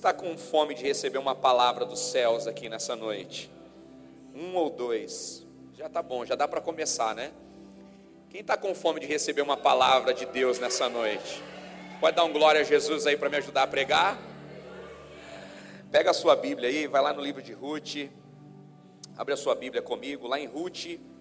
está com fome de receber uma palavra dos céus aqui nessa noite? Um ou dois? Já está bom, já dá para começar, né? Quem está com fome de receber uma palavra de Deus nessa noite? Pode dar um glória a Jesus aí para me ajudar a pregar? Pega a sua Bíblia aí, vai lá no livro de Ruth. Abre a sua Bíblia comigo, lá em Ruth.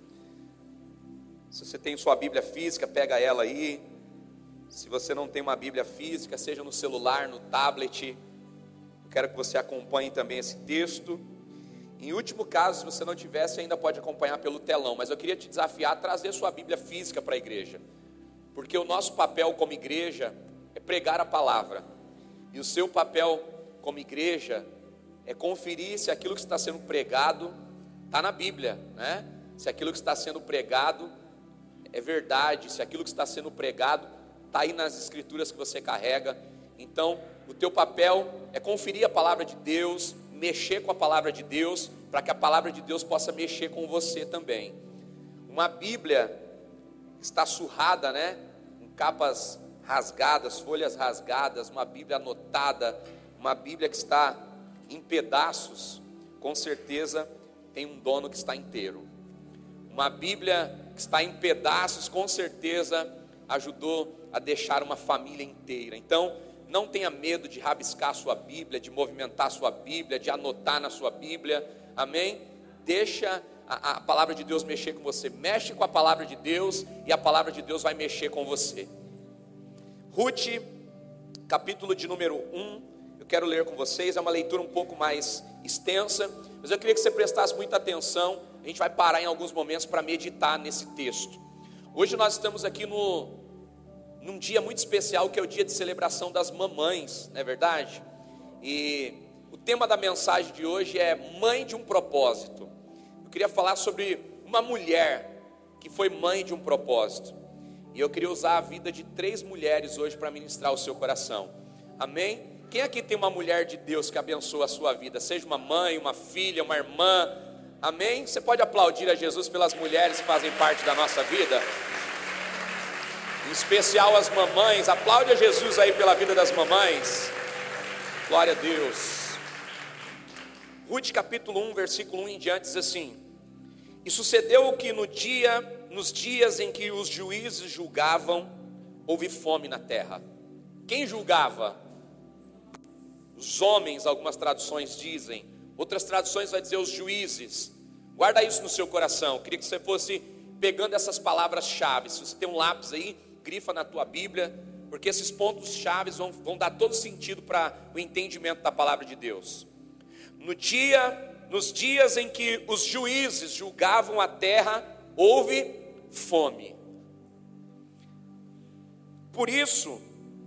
Se você tem sua Bíblia física, pega ela aí. Se você não tem uma Bíblia física, seja no celular, no tablet, eu quero que você acompanhe também esse texto. Em último caso, se você não tivesse, ainda pode acompanhar pelo telão, mas eu queria te desafiar a trazer sua Bíblia física para a igreja, porque o nosso papel como igreja é pregar a palavra, e o seu papel como igreja é conferir se aquilo que está sendo pregado está na Bíblia, né? Se aquilo que está sendo pregado é verdade, se aquilo que está sendo pregado está aí nas escrituras que você carrega. Então, o teu papel é conferir a palavra de Deus, mexer com a palavra de Deus, para que a palavra de Deus possa mexer com você também. Uma Bíblia está surrada, né? Com capas rasgadas, folhas rasgadas, uma Bíblia anotada, uma Bíblia que está em pedaços, com certeza tem um dono que está inteiro. Uma Bíblia que está em pedaços, com certeza ajudou a deixar uma família inteira. Então, não tenha medo de rabiscar a sua Bíblia, de movimentar a sua Bíblia, de anotar na sua Bíblia, amém? Deixa a palavra de Deus mexer com você, mexe com a palavra de Deus e a palavra de Deus vai mexer com você. Ruth, capítulo de número 1, eu quero ler com vocês, é uma leitura um pouco mais extensa, mas eu queria que você prestasse muita atenção, a gente vai parar em alguns momentos para meditar nesse texto. Hoje nós estamos aqui num dia muito especial, que é o dia de celebração das mamães, não é verdade? E o tema da mensagem de hoje é mãe de um propósito. Eu queria falar sobre uma mulher que foi mãe de um propósito, e eu queria usar a vida de 3 mulheres hoje para ministrar o seu coração, amém? Quem aqui tem uma mulher de Deus que abençoa a sua vida, seja uma mãe, uma filha, uma irmã, amém? Você pode aplaudir a Jesus pelas mulheres que fazem parte da nossa vida? Em especial as mamães, aplaude a Jesus aí pela vida das mamães, glória a Deus. Ruth capítulo 1, versículo 1 em diante diz assim: E sucedeu que nos dias em que os juízes julgavam, houve fome na terra. Quem julgava? Os homens, algumas traduções dizem, outras traduções vai dizer os juízes. Guarda isso no seu coração, eu queria que você fosse pegando essas palavras-chave. Se você tem um lápis aí, grifa na tua Bíblia, porque esses pontos-chave vão dar todo sentido para o entendimento da palavra de Deus. Nos dias em que os juízes julgavam a terra, houve fome. Por isso,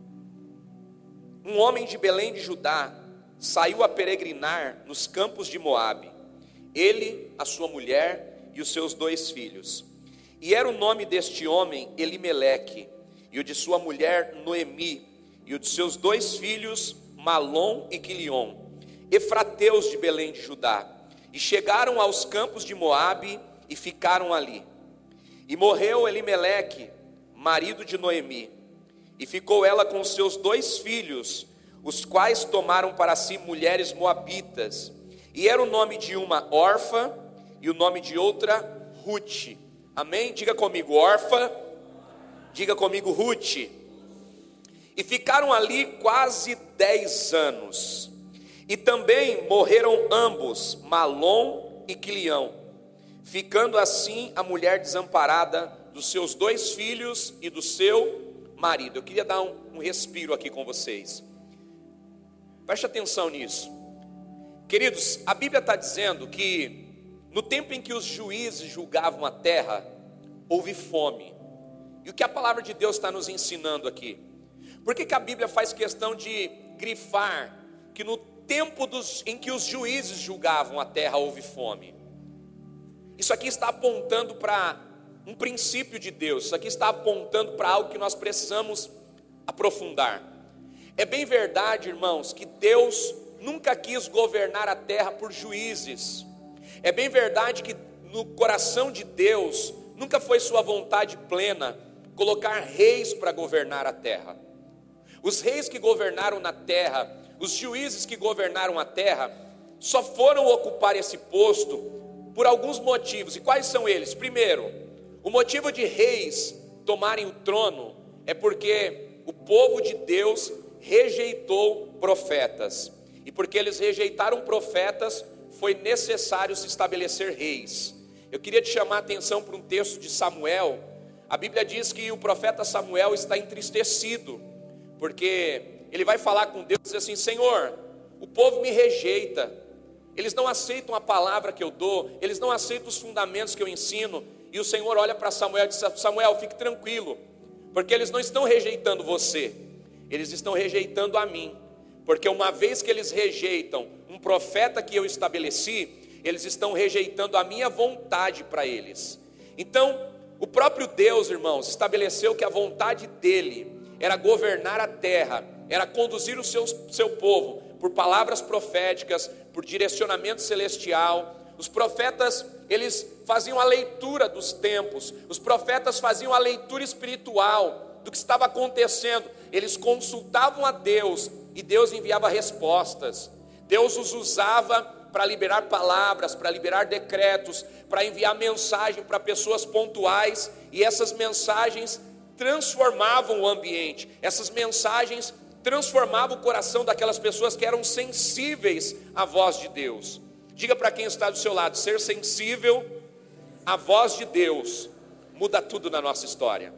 um homem de Belém de Judá saiu a peregrinar nos campos de Moabe, ele, a sua mulher e os seus 2 filhos. E era o nome deste homem Elimeleque, e o de sua mulher Noemi, e o de seus 2 filhos Malom e Quilion, efrateus de Belém de Judá. E chegaram aos campos de Moabe e ficaram ali. E morreu Elimeleque, marido de Noemi, e ficou ela com os seus 2 filhos, os quais tomaram para si mulheres moabitas. E era o nome de uma Orfa e o nome de outra Ruth. Amém? Diga comigo, Orfa. Diga comigo, Ruth. E ficaram ali quase 10 anos. E também morreram ambos, Malom e Quilião, ficando assim a mulher desamparada dos seus 2 filhos e do seu marido. Eu queria dar um respiro aqui com vocês. Preste atenção nisso. Queridos, a Bíblia está dizendo que no tempo em que os juízes julgavam a terra, houve fome. E o que a palavra de Deus está nos ensinando aqui? Por que a Bíblia faz questão de grifar que no tempo em que os juízes julgavam a terra, houve fome? Isso aqui está apontando para um princípio de Deus. Isso aqui está apontando para algo que nós precisamos aprofundar. É bem verdade, irmãos, que Deus nunca quis governar a terra por juízes. É bem verdade que no coração de Deus nunca foi sua vontade plena colocar reis para governar a terra. Os reis que governaram na terra os juízes que governaram a terra só foram ocupar esse posto por alguns motivos. E quais são eles? Primeiro, o motivo de reis tomarem o trono é porque o povo de Deus rejeitou profetas. E porque eles rejeitaram profetas, foi necessário se estabelecer reis. Eu queria te chamar a atenção para um texto de Samuel. A Bíblia diz que o profeta Samuel está entristecido, porque ele vai falar com Deus e diz assim: Senhor, o povo me rejeita, eles não aceitam a palavra que eu dou, eles não aceitam os fundamentos que eu ensino. E o Senhor olha para Samuel e diz: Samuel, fique tranquilo, porque eles não estão rejeitando você, eles estão rejeitando a mim. Porque uma vez que eles rejeitam um profeta que eu estabeleci, eles estão rejeitando a minha vontade para eles. Então, o próprio Deus, irmãos, estabeleceu que a vontade dele era governar a terra, era conduzir o seu povo por palavras proféticas, por direcionamento celestial. Os profetas, eles faziam a leitura dos tempos, os profetas faziam a leitura espiritual do que estava acontecendo, eles consultavam a Deus e Deus enviava respostas. Deus os usava para liberar palavras, para liberar decretos, para enviar mensagem para pessoas pontuais, e essas mensagens transformavam o ambiente, essas mensagens transformavam o coração daquelas pessoas que eram sensíveis à voz de Deus. Diga para quem está do seu lado: ser sensível à voz de Deus muda tudo na nossa história.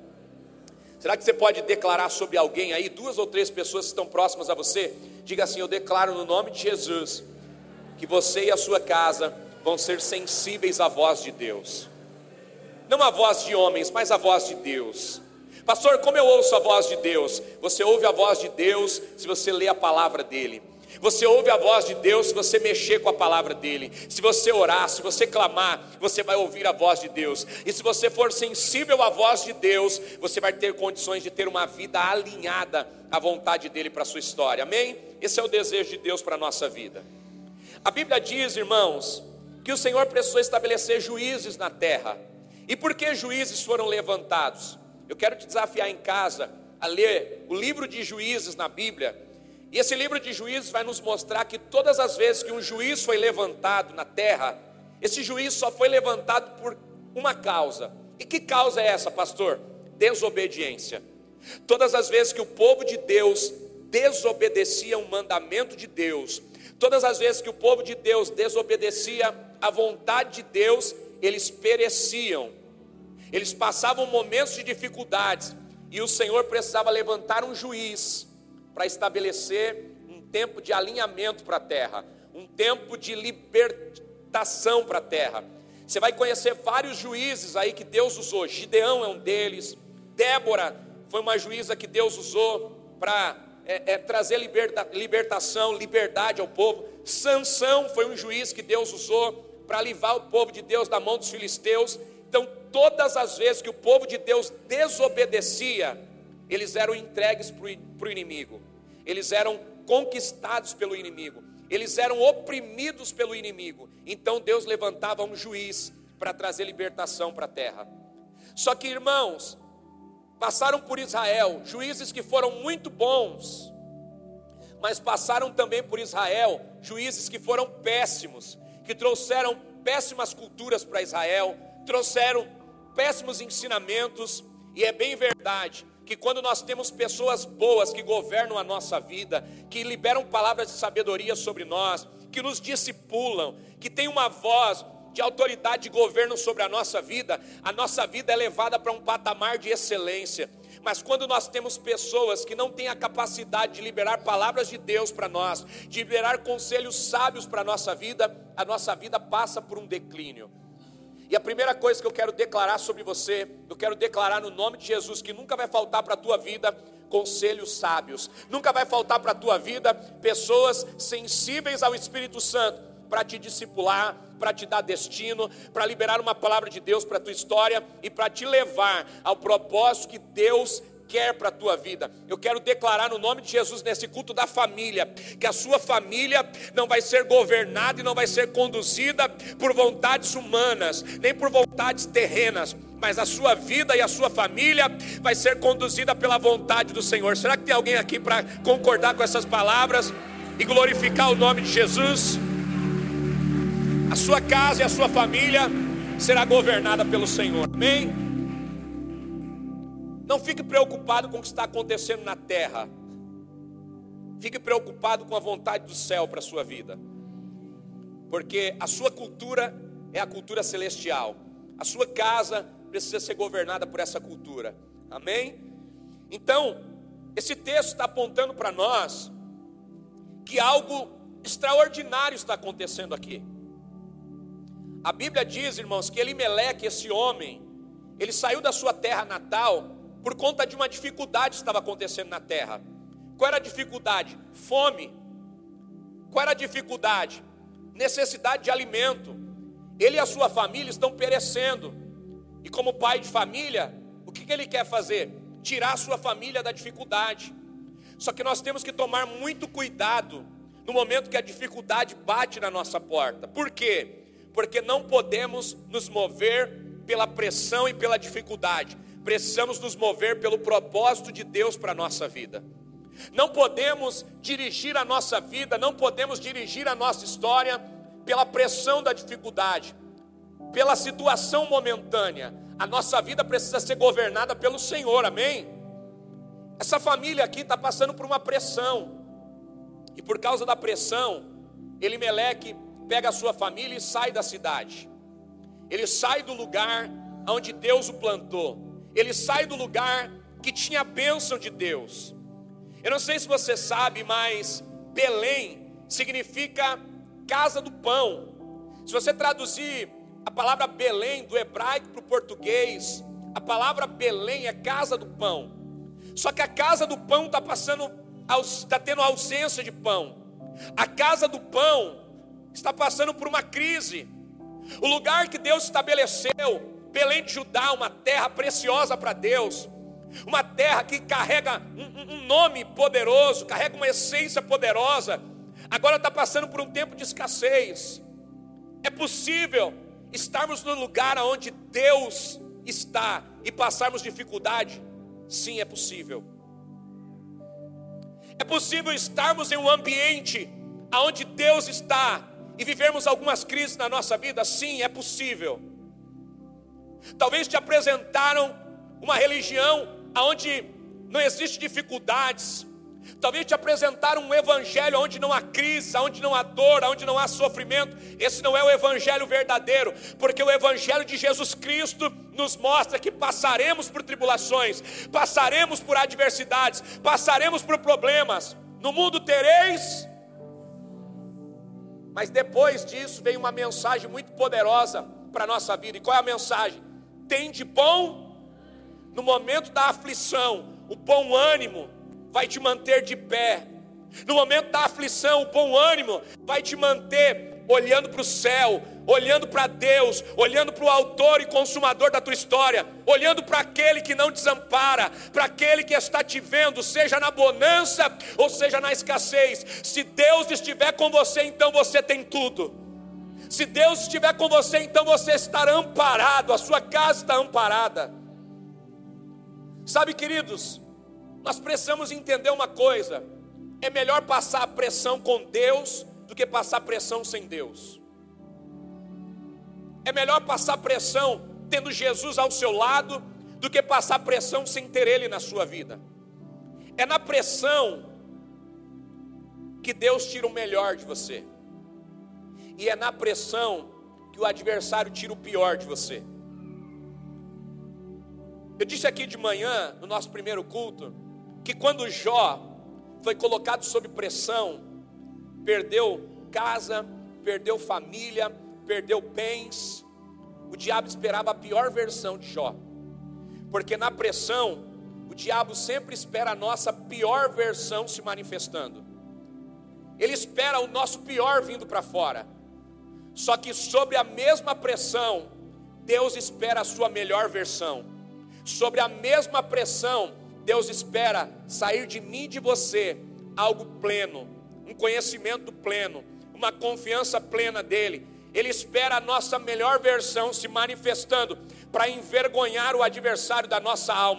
Será que você pode declarar sobre alguém aí, 2 ou 3 pessoas que estão próximas a você? Diga assim: eu declaro no nome de Jesus que você e a sua casa vão ser sensíveis à voz de Deus. Não a voz de homens, mas a voz de Deus. Pastor, como eu ouço a voz de Deus? Você ouve a voz de Deus se você lê a palavra dele. Você ouve a voz de Deus se você mexer com a palavra dele. Se você orar, se você clamar, você vai ouvir a voz de Deus. E se você for sensível à voz de Deus, você vai ter condições de ter uma vida alinhada à vontade dele para a sua história. Amém? Esse é o desejo de Deus para a nossa vida. A Bíblia diz, irmãos, que o Senhor precisou estabelecer juízes na terra. E por que juízes foram levantados? Eu quero te desafiar em casa a ler o livro de Juízes na Bíblia. E esse livro de Juízes vai nos mostrar que todas as vezes que um juiz foi levantado na terra, esse juiz só foi levantado por uma causa. E que causa é essa, pastor? Desobediência. Todas as vezes que o povo de Deus desobedecia um mandamento de Deus, todas as vezes que o povo de Deus desobedecia a vontade de Deus, eles pereciam. Eles passavam momentos de dificuldades, e o Senhor precisava levantar um juiz para estabelecer um tempo de alinhamento para a terra, um tempo de libertação para a terra. Você vai conhecer vários juízes aí que Deus usou. Gideão é um deles. Débora foi uma juíza que Deus usou para trazer libertação, liberdade ao povo. Sansão foi um juiz que Deus usou para livrar o povo de Deus da mão dos filisteus. Então, todas as vezes que o povo de Deus desobedecia, eles eram entregues para o inimigo, eles eram conquistados pelo inimigo, eles eram oprimidos pelo inimigo. Então Deus levantava um juiz para trazer libertação para a terra. Só que, irmãos, passaram por Israel juízes que foram muito bons, mas passaram também por Israel juízes que foram péssimos, que trouxeram péssimas culturas para Israel, trouxeram péssimos ensinamentos. E é bem verdade que quando nós temos pessoas boas que governam a nossa vida, que liberam palavras de sabedoria sobre nós, que nos discipulam, que tem uma voz de autoridade de governo sobre a nossa vida é levada para um patamar de excelência. Mas quando nós temos pessoas que não têm a capacidade de liberar palavras de Deus para nós, de liberar conselhos sábios para a nossa vida passa por um declínio. E a primeira coisa que eu quero declarar sobre você, eu quero declarar no nome de Jesus que nunca vai faltar para a tua vida conselhos sábios, nunca vai faltar para a tua vida pessoas sensíveis ao Espírito Santo para te discipular, para te dar destino, para liberar uma palavra de Deus para a tua história e para te levar ao propósito que Deus quer para a tua vida. Eu quero declarar no nome de Jesus nesse culto da família, que a sua família não vai ser governada e não vai ser conduzida por vontades humanas, nem por vontades terrenas, mas a sua vida e a sua família vai ser conduzida pela vontade do Senhor. Será que tem alguém aqui para concordar com essas palavras? e glorificar o nome de Jesus, a sua casa e a sua família será governada pelo Senhor. Amém? Não fique preocupado com o que está acontecendo na terra. Fique preocupado com a vontade do céu para a sua vida. Porque a sua cultura é a cultura celestial. A sua casa precisa ser governada por essa cultura. Amém? Então, esse texto está apontando para nós que algo extraordinário está acontecendo aqui. A Bíblia diz, irmãos, que Elimeleque, esse homem, ele saiu da sua terra natal por conta de uma dificuldade que estava acontecendo na terra. Qual era a dificuldade? Fome. Qual era a dificuldade? Necessidade de alimento. Ele e a sua família estão perecendo. E como pai de família, o que ele quer fazer? Tirar a sua família da dificuldade. Só que nós temos que tomar muito cuidado no momento que a dificuldade bate na nossa porta. Por quê? Porque não podemos nos mover pela pressão e pela dificuldade. Precisamos nos mover pelo propósito de Deus para a nossa vida. Não podemos dirigir a nossa vida, não podemos dirigir a nossa história pela pressão da dificuldade, pela situação momentânea. A nossa vida precisa ser governada pelo Senhor, amém? Essa família aqui está passando por uma pressão, e por causa da pressão, Elimeleque pega a sua família e sai da cidade. Ele sai do lugar onde Deus o plantou. Ele sai do lugar que tinha a bênção de Deus. Eu não sei se você sabe, mas Belém significa casa do pão. Se você traduzir a palavra Belém do hebraico para o português, a palavra Belém é casa do pão. Só que a casa do pão está tendo ausência de pão. A casa do pão está passando por uma crise. O lugar que Deus estabeleceu, Belém de Judá, uma terra preciosa para Deus, uma terra que carrega um nome poderoso, carrega uma essência poderosa, agora está passando por um tempo de escassez. É possível estarmos no lugar onde Deus está e passarmos dificuldade? Sim, é possível. É possível estarmos em um ambiente onde Deus está e vivermos algumas crises na nossa vida? Sim, é possível. Talvez te apresentaram uma religião onde não existe dificuldades. Talvez te apresentaram um evangelho onde não há crise, onde não há dor, onde não há sofrimento. Esse não é o evangelho verdadeiro, porque o evangelho de Jesus Cristo nos mostra que passaremos por tribulações, passaremos por adversidades, passaremos por problemas. No mundo tereis, mas depois disso vem uma mensagem muito poderosa para a nossa vida. E qual é a mensagem? Tem de bom. No momento da aflição, o bom ânimo vai te manter de pé. No momento da aflição, o bom ânimo vai te manter olhando para o céu, olhando para Deus, olhando para o autor e consumador da tua história, olhando para aquele que não desampara, para aquele que está te vendo, seja na bonança ou seja na escassez. Se Deus estiver com você, então você tem tudo. Se Deus estiver com você, então você estará amparado, a sua casa está amparada. Sabe, queridos, nós precisamos entender uma coisa: é melhor passar a pressão com Deus do que passar pressão sem Deus. É melhor passar pressão tendo Jesus ao seu lado do que passar pressão sem ter Ele na sua vida. É na pressão que Deus tira o melhor de você, e é na pressão que o adversário tira o pior de você. Eu disse aqui de manhã, no nosso primeiro culto, que quando Jó foi colocado sob pressão, perdeu casa, perdeu família, perdeu bens, o diabo esperava a pior versão de Jó, porque na pressão, o diabo sempre espera a nossa pior versão se manifestando. Ele espera o nosso pior vindo para fora. Só que sobre a mesma pressão, Deus espera a sua melhor versão. Sobre a mesma pressão, Deus espera sair de mim e de você algo pleno, um conhecimento pleno, uma confiança plena dEle. Ele espera a nossa melhor versão se manifestando para envergonhar o adversário da nossa alma,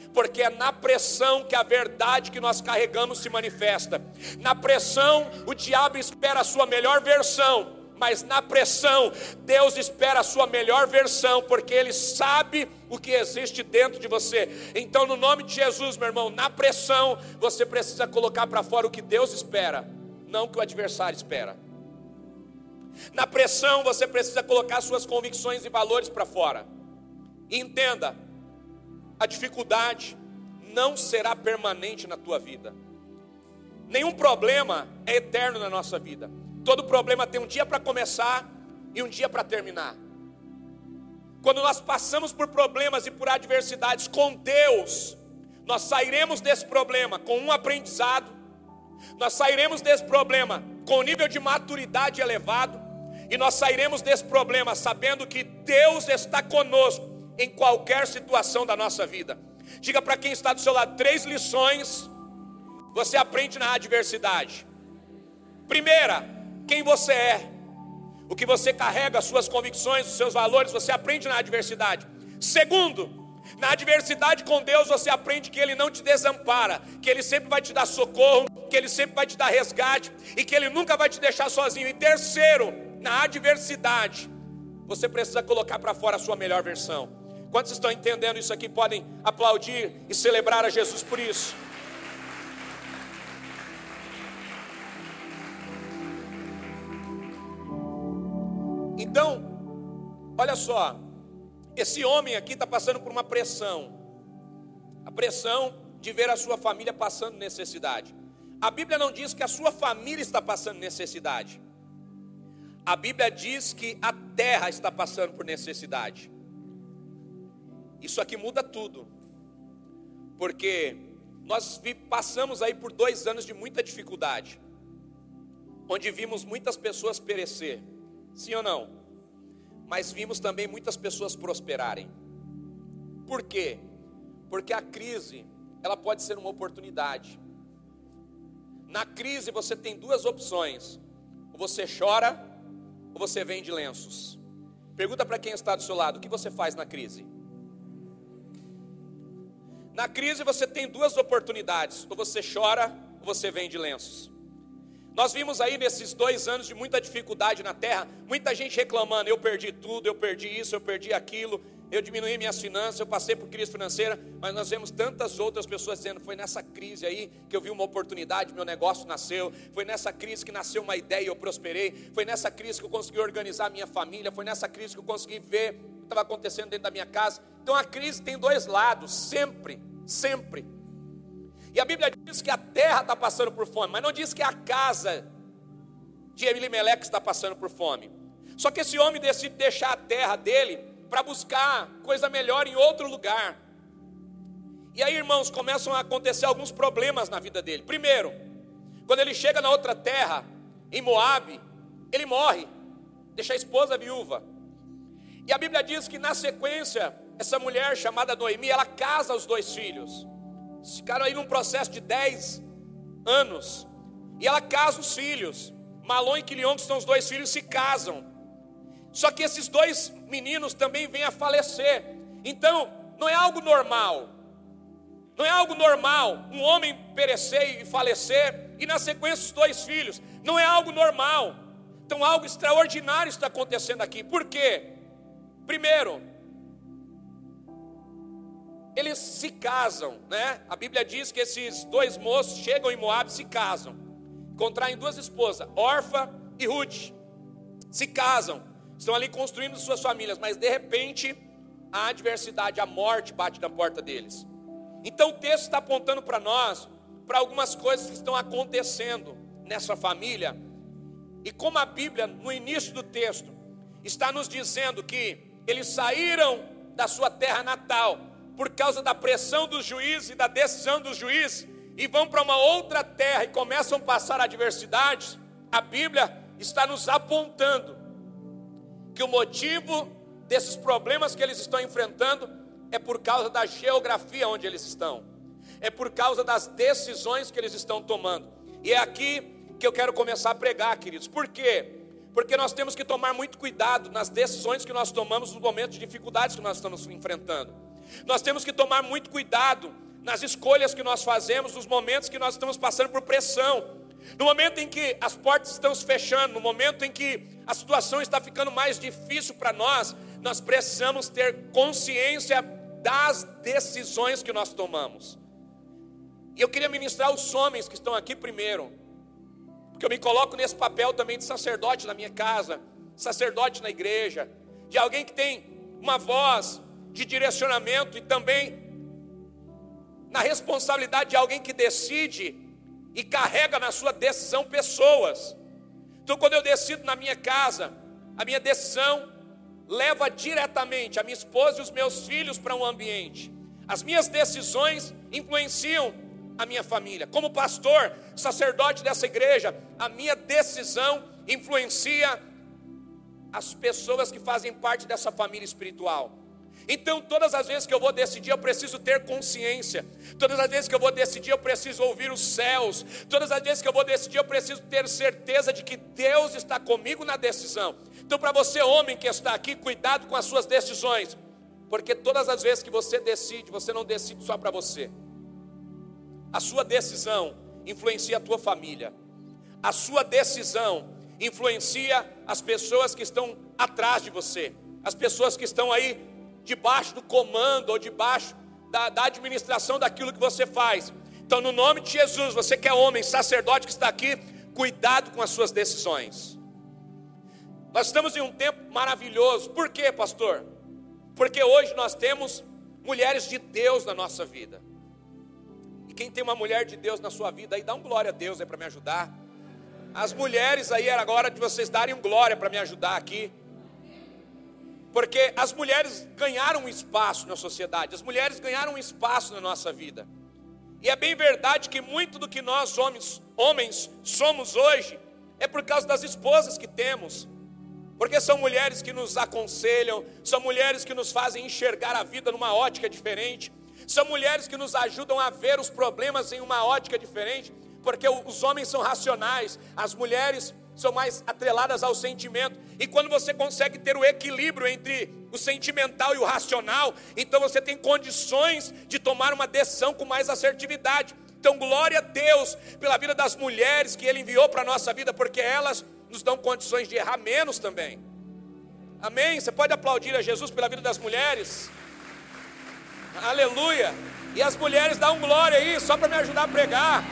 porque é na pressão que a verdade que nós carregamos se manifesta. Na pressão, o diabo espera a sua melhor versão, mas na pressão, Deus espera a sua melhor versão, porque Ele sabe o que existe dentro de você. Então, no nome de Jesus, meu irmão, na pressão, você precisa colocar para fora o que Deus espera, não o que o adversário espera. Na pressão, você precisa colocar suas convicções e valores para fora. E entenda, a dificuldade não será permanente na tua vida. Nenhum problema é eterno na nossa vida. Todo problema tem um dia para começar e um dia para terminar. Quando nós passamos por problemas e por adversidades com Deus, nós sairemos desse problema com um aprendizado, nós sairemos desse problema com um nível de maturidade elevado, e nós sairemos desse problema sabendo que Deus está conosco em qualquer situação da nossa vida. Diga para quem está do seu lado: 3 lições você aprende na adversidade. Primeira, quem você é, o que você carrega, as suas convicções, os seus valores, você aprende na adversidade. Segundo, na adversidade com Deus você aprende que Ele não te desampara, que Ele sempre vai te dar socorro, que Ele sempre vai te dar resgate e que Ele nunca vai te deixar sozinho. E terceiro, na adversidade você precisa colocar para fora a sua melhor versão. Quantos estão entendendo isso aqui podem aplaudir e celebrar a Jesus por isso? Então, olha só, esse homem aqui está passando por uma pressão, a pressão de ver a sua família passando necessidade. A Bíblia não diz que a sua família está passando necessidade, a Bíblia diz que a terra está passando por necessidade. Isso aqui muda tudo, porque nós passamos aí por 2 anos de muita dificuldade, onde vimos muitas pessoas perecer, sim ou não? Mas vimos também muitas pessoas prosperarem. Por quê? Porque a crise, ela pode ser uma oportunidade. Na crise você tem 2 opções: ou você chora, ou você vende lenços. Pergunta para quem está do seu lado: o que você faz na crise? Na crise você tem 2 oportunidades: ou você chora, ou você vende lenços. Nós vimos aí nesses 2 anos de muita dificuldade na terra, muita gente reclamando: eu perdi tudo, eu perdi isso, eu perdi aquilo, eu diminuí minhas finanças, eu passei por crise financeira. Mas nós vemos tantas outras pessoas dizendo: foi nessa crise aí que eu vi uma oportunidade, meu negócio nasceu, foi nessa crise que nasceu uma ideia e eu prosperei, foi nessa crise que eu consegui organizar a minha família, foi nessa crise que eu consegui ver o que estava acontecendo dentro da minha casa. Então a crise tem 2 lados, sempre, sempre. E a Bíblia diz que a terra está passando por fome, mas não diz que a casa de Elimeleque está passando por fome. Só que esse homem decide deixar a terra dele para buscar coisa melhor em outro lugar. E aí, irmãos, começam a acontecer alguns problemas na vida dele. Primeiro, quando ele chega na outra terra, em Moabe, ele morre, deixa a esposa viúva. E a Bíblia diz que na sequência, essa mulher chamada Noemi, ela casa os 2 filhos. Ficaram aí num processo de 10 anos. E ela casa os filhos. Malom e Quilion, que são os 2 filhos, se casam. Só que esses 2 meninos também vêm a falecer. Então, não é algo normal. Não é algo normal um homem perecer e falecer, e na sequência os 2 filhos. Não é algo normal. Então algo extraordinário está acontecendo aqui. Por quê? Primeiro, eles se casam, né? A Bíblia diz que esses 2 moços chegam em Moabe e se casam, contraem 2 esposas, Orfa e Ruth. Se casam, estão ali construindo suas famílias, mas de repente a adversidade, a morte bate na porta deles. Então o texto está apontando para nós, para algumas coisas que estão acontecendo nessa família. E como a Bíblia, no início do texto, está nos dizendo que eles saíram da sua terra natal por causa da pressão dos juízes e da decisão dos juízes, e vão para uma outra terra e começam a passar adversidades. A Bíblia está nos apontando que o motivo desses problemas que eles estão enfrentando é por causa da geografia onde eles estão, é por causa das decisões que eles estão tomando. E é aqui que eu quero começar a pregar, queridos. Por quê? Porque nós temos que tomar muito cuidado nas decisões que nós tomamos nos momentos de dificuldades que nós estamos enfrentando. Nós temos que tomar muito cuidado nas escolhas que nós fazemos, nos momentos que nós estamos passando por pressão. No momento em que as portas estão se fechando, no momento em que a situação está ficando mais difícil para nós, nós precisamos ter consciência das decisões que nós tomamos. E eu queria ministrar aos homens que estão aqui primeiro, porque eu me coloco nesse papel também de sacerdote na minha casa, sacerdote na igreja, de alguém que tem uma voz de direcionamento e também na responsabilidade de alguém que decide e carrega na sua decisão pessoas. Então, quando eu decido na minha casa, a minha decisão leva diretamente a minha esposa e os meus filhos para um ambiente. As minhas decisões influenciam a minha família. Como pastor, sacerdote dessa igreja, a minha decisão influencia as pessoas que fazem parte dessa família espiritual. Então, todas as vezes que eu vou decidir, eu preciso ter consciência. Todas as vezes que eu vou decidir, eu preciso ouvir os céus. Todas as vezes que eu vou decidir, eu preciso ter certeza de que Deus está comigo na decisão. Então, para você, homem que está aqui, cuidado com as suas decisões. Porque todas as vezes que você decide, você não decide só para você. A sua decisão influencia a tua família. A sua decisão influencia as pessoas que estão atrás de você. As pessoas que estão aí debaixo do comando ou debaixo da administração daquilo que você faz. Então, no nome de Jesus, você que é homem, sacerdote que está aqui, cuidado com as suas decisões. Nós estamos em um tempo maravilhoso. Por quê, pastor? Porque hoje nós temos mulheres de Deus na nossa vida. E quem tem uma mulher de Deus na sua vida aí, dá um glória a Deus aí para me ajudar. As mulheres aí, era agora de vocês darem um glória para me ajudar aqui. Porque as mulheres ganharam um espaço na sociedade, as mulheres ganharam um espaço na nossa vida. E é bem verdade que muito do que nós homens somos hoje é por causa das esposas que temos. Porque são mulheres que nos aconselham, são mulheres que nos fazem enxergar a vida numa ótica diferente, são mulheres que nos ajudam a ver os problemas em uma ótica diferente, porque os homens são racionais, as mulheres são mais atreladas ao sentimento. E quando você consegue ter o equilíbrio entre o sentimental e o racional, então você tem condições de tomar uma decisão com mais assertividade. Então, glória a Deus pela vida das mulheres que Ele enviou para a nossa vida, porque elas nos dão condições de errar menos também. Amém? Você pode aplaudir a Jesus pela vida das mulheres? Aleluia! E as mulheres dão glória aí, só para me ajudar a pregar.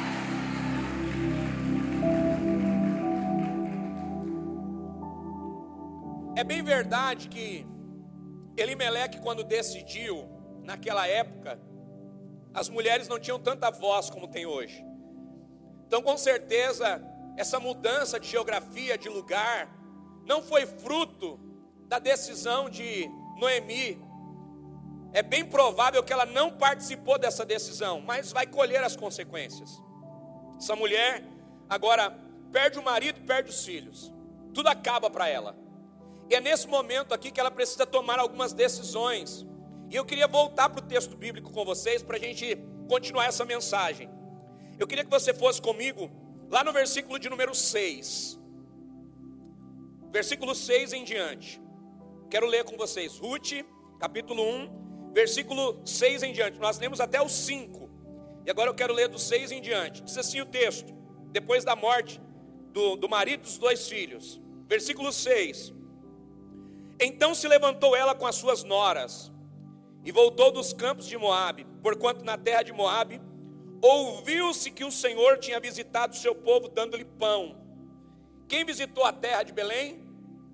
É bem verdade que Elimeleque, quando decidiu, naquela época, as mulheres não tinham tanta voz como tem hoje. Então, com certeza, essa mudança de geografia, de lugar, não foi fruto da decisão de Noemi. É bem provável que ela não participou dessa decisão, mas vai colher as consequências. Essa mulher agora perde o marido, perde os filhos. Tudo acaba para ela. E é nesse momento aqui que ela precisa tomar algumas decisões. E eu queria voltar para o texto bíblico com vocês, para a gente continuar essa mensagem. Eu queria que você fosse comigo lá no versículo de número 6. Versículo 6 em diante. Quero ler com vocês. Ruth, capítulo 1, versículo 6 em diante. Nós lemos até o 5. E agora eu quero ler do 6 em diante. Diz assim o texto. Depois da morte do marido dos 2 filhos. Versículo 6. Então se levantou ela com as suas noras e voltou dos campos de Moabe, porquanto na terra de Moabe ouviu-se que o Senhor tinha visitado o seu povo dando-lhe pão. Quem visitou a terra de Belém?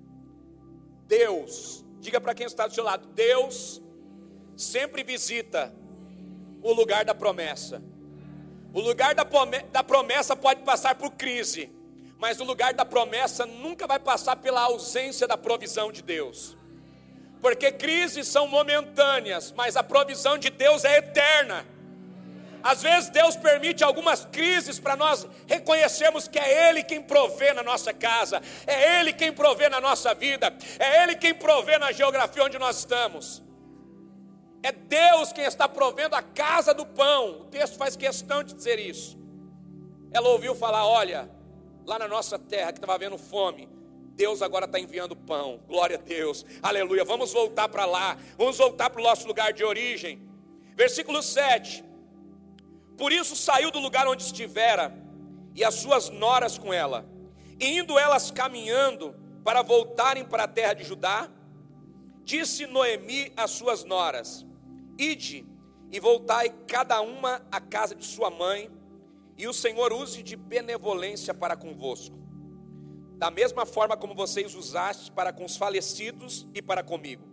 Deus. Diga para quem está do seu lado: Deus sempre visita o lugar da promessa. O lugar da promessa pode passar por crise, mas o lugar da promessa nunca vai passar pela ausência da provisão de Deus. Porque crises são momentâneas, mas a provisão de Deus é eterna. Às vezes Deus permite algumas crises para nós reconhecermos que é Ele quem provê na nossa casa, é Ele quem provê na nossa vida, é Ele quem provê na geografia onde nós estamos. É Deus quem está provendo a casa do pão. O texto faz questão de dizer isso. Ela ouviu falar: olha, lá na nossa terra que estava havendo fome, Deus agora está enviando pão. Glória a Deus, aleluia. Vamos voltar para lá, vamos voltar para o nosso lugar de origem. Versículo 7. Por isso saiu do lugar onde estivera, e as suas noras com ela, e indo elas caminhando para voltarem para a terra de Judá, disse Noemi às suas noras: ide e voltai cada uma à casa de sua mãe, e o Senhor use de benevolência para convosco, da mesma forma como vocês usastes para com os falecidos e para comigo.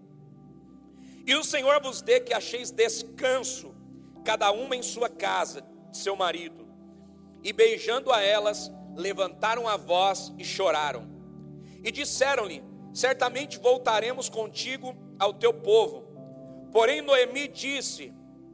E o Senhor vos dê que acheis descanso, cada uma em sua casa de seu marido. E beijando a elas, levantaram a voz e choraram. E disseram-lhe: certamente voltaremos contigo ao teu povo. Porém Noemi disse: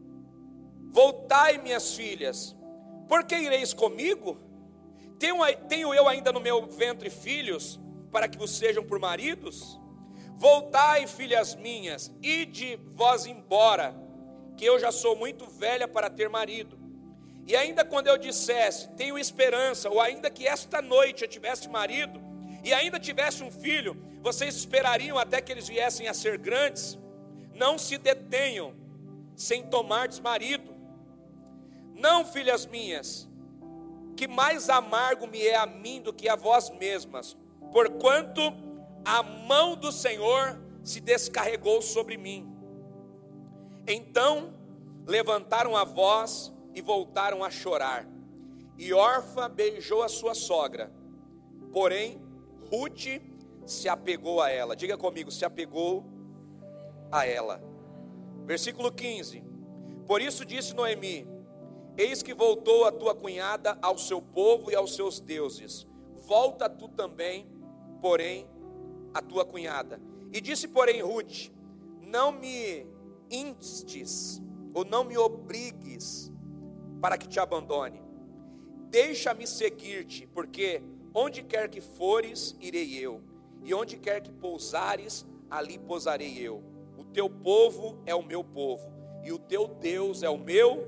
voltai, minhas filhas, porque ireis comigo? Tenho eu ainda no meu ventre filhos, para que vos sejam por maridos? Voltai, filhas minhas, ide vós embora, que eu já sou muito velha para ter marido. E ainda quando eu dissesse: tenho esperança, ou ainda que esta noite eu tivesse marido, e ainda tivesse um filho, vocês esperariam até que eles viessem a ser grandes? Não se detenham sem tomardes marido. Não, filhas minhas, que mais amargo me é a mim do que a vós mesmas, porquanto a mão do Senhor se descarregou sobre mim. Então levantaram a voz e voltaram a chorar. E Orfa beijou a sua sogra, porém Rute se apegou a ela. Diga comigo: se apegou a ela. Versículo 15. Por isso disse Noemi: eis que voltou a tua cunhada ao seu povo e aos seus deuses. Volta tu também, porém, a tua cunhada. E disse, porém, Rute: não me instes, ou não me obrigues para que te abandone. Deixa-me seguir-te, porque onde quer que fores, irei eu, e onde quer que pousares, ali pousarei eu. O teu povo é o meu povo, e o teu Deus é o meu.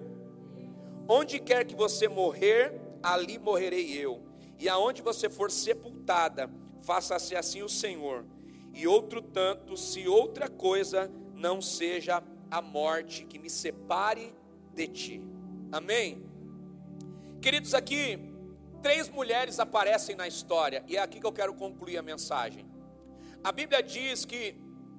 Onde quer que você morrer, ali morrerei eu, e aonde você for sepultada, faça-se assim o Senhor. E outro tanto, se outra coisa não seja a morte que me separe de ti. Amém? Queridos, aqui 3 mulheres aparecem na história, e é aqui que eu quero concluir a mensagem. A Bíblia diz que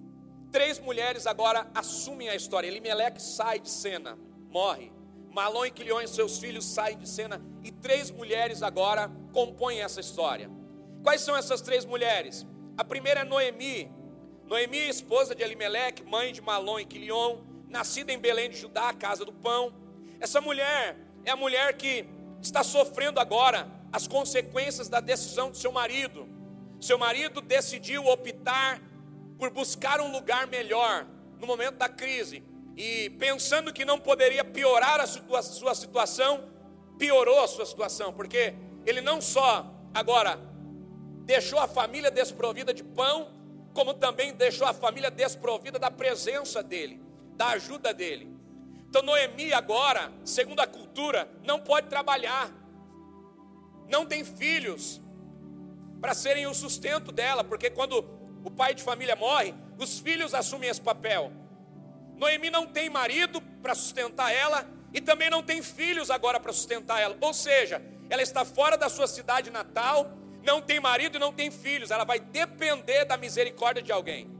3 mulheres agora assumem a história. Elimeleque sai de cena, morre. Malom e Quilion e seus filhos saem de cena, e 3 mulheres agora compõem essa história. Quais são essas 3 mulheres? A primeira é Noemi. Noemi, esposa de Elimeleque, mãe de Malom e Quilion, nascida em Belém de Judá, casa do pão. Essa mulher é a mulher que está sofrendo agora as consequências da decisão do seu marido. Seu marido decidiu optar por buscar um lugar melhor no momento da crise, e pensando que não poderia piorar a sua situação, piorou a sua situação, porque ele não só agora deixou a família desprovida de pão, como também deixou a família desprovida da presença dele, da ajuda dele. Então Noemi agora, segundo a cultura, não pode trabalhar, não tem filhos para serem o sustento dela, porque quando o pai de família morre, os filhos assumem esse papel. Noemi não tem marido para sustentar ela, e também não tem filhos agora para sustentar ela. Ou seja, ela está fora da sua cidade natal, não tem marido e não tem filhos. Ela vai depender da misericórdia de alguém.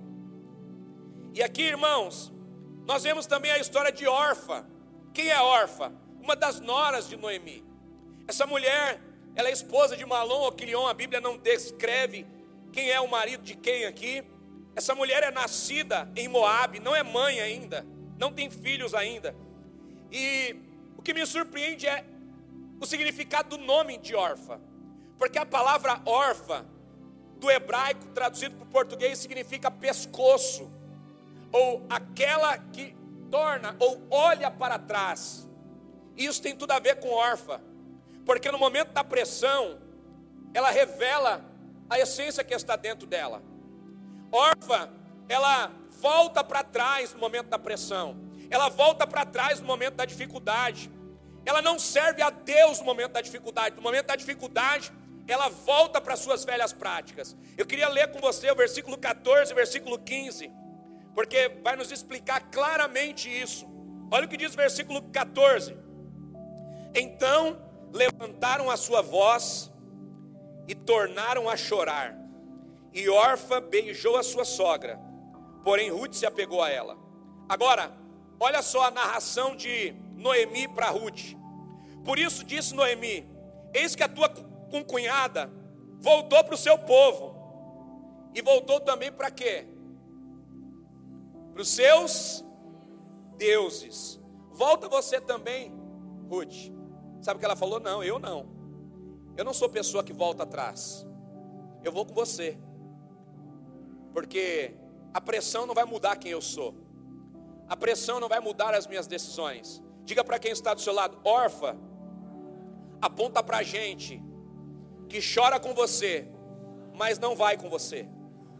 E aqui, irmãos, nós vemos também a história de Orfa. Quem é Orfa? Uma das noras de Noemi. Essa mulher, ela é esposa de Malom ou Quilion. A Bíblia não descreve quem é o marido de quem aqui. Essa mulher é nascida em Moabe, não é mãe ainda, não tem filhos ainda. E o que me surpreende é o significado do nome de Orfa, porque a palavra Orfa, do hebraico traduzido para o português, significa pescoço, ou aquela que torna ou olha para trás. E isso tem tudo a ver com Orfa, porque no momento da pressão, ela revela a essência que está dentro dela. Orfa, ela volta para trás no momento da pressão, ela volta para trás no momento da dificuldade, ela não serve a Deus no momento da dificuldade. No momento da dificuldade, ela volta para suas velhas práticas. Eu queria ler com você o versículo 14 e versículo 15, porque vai nos explicar claramente isso. Olha o que diz o versículo 14. Então levantaram a sua voz e tornaram a chorar. E Orfa beijou a sua sogra, porém Ruth se apegou a ela. Agora, olha só a narração de Noemi para Ruth. Por isso disse Noemi: eis que a tua concunhada voltou para o seu povo. E voltou também para quê? Para os seus deuses. Volta você também, Ruth. Sabe o que ela falou? Não, eu não. Eu não sou pessoa que volta atrás. Eu vou com você. Porque a pressão não vai mudar quem eu sou. A pressão não vai mudar as minhas decisões. Diga para quem está do seu lado: Orfa aponta para a gente que chora com você, mas não vai com você.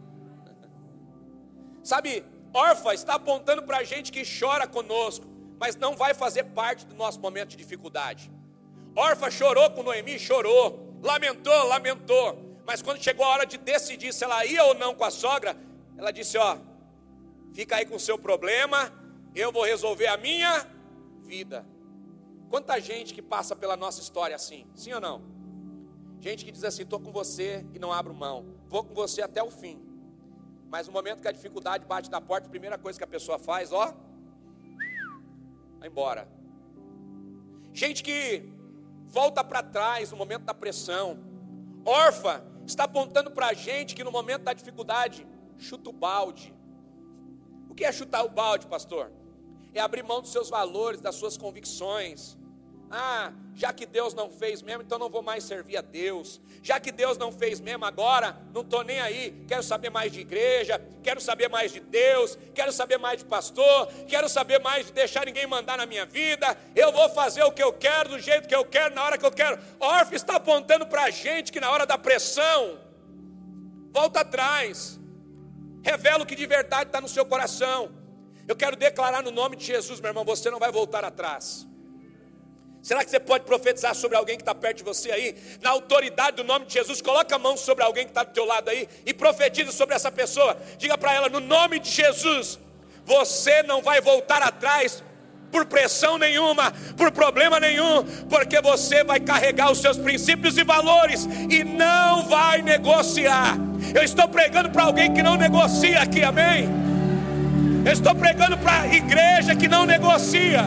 Sabe, Orfa está apontando para a gente que chora conosco, mas não vai fazer parte do nosso momento de dificuldade. Orfa chorou com Noemi, chorou, lamentou, mas quando chegou a hora de decidir se ela ia ou não com a sogra, ela disse: ó, fica aí com o seu problema, eu vou resolver a minha vida. Quanta gente que passa pela nossa história assim, sim ou não? Gente que diz assim: estou com você e não abro mão, vou com você até o fim. Mas no momento que a dificuldade bate na porta, a primeira coisa que a pessoa faz, ó, vai embora. Gente que volta para trás no momento da pressão. Orfa está apontando para a gente que no momento da dificuldade, chuta o balde. O que é chutar o balde, pastor? É abrir mão dos seus valores, das suas convicções. Ah, já que Deus não fez mesmo, então não vou mais servir a Deus. Já que Deus não fez mesmo, agora não estou nem aí. Quero saber mais de igreja, quero saber mais de Deus, quero saber mais de pastor, quero saber mais de deixar ninguém mandar na minha vida. Eu vou fazer o que eu quero, do jeito que eu quero, na hora que eu quero. Orfa está apontando para a gente que na hora da pressão, volta atrás, revela o que de verdade está no seu coração. Eu quero declarar no nome de Jesus, meu irmão, você não vai voltar atrás. Será que você pode profetizar sobre alguém que está perto de você aí? Na autoridade do nome de Jesus, coloca a mão sobre alguém que está do teu lado aí e profetiza sobre essa pessoa. Diga para ela: no nome de Jesus, você não vai voltar atrás por pressão nenhuma, por problema nenhum, porque você vai carregar os seus princípios e valores e não vai negociar. Eu estou pregando para alguém que não negocia aqui, amém? Eu estou pregando para a igreja que não negocia.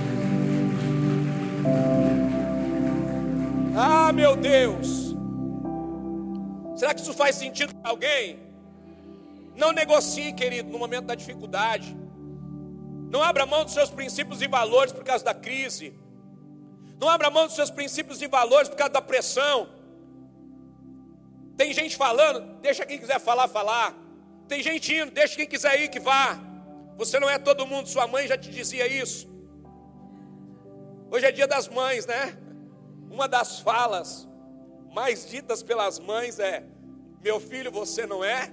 Ah, meu Deus, será que isso faz sentido para alguém? Não negocie, querido, no momento da dificuldade. Não abra mão dos seus princípios e valores por causa da crise. Não abra mão dos seus princípios e valores por causa da pressão. Tem gente falando, deixa quem quiser falar, falar. Tem gente indo, deixa quem quiser ir que vá. Você não é todo mundo, sua mãe já te dizia isso. Hoje é dia das mães, né? Uma das falas mais ditas pelas mães é: meu filho, você não é?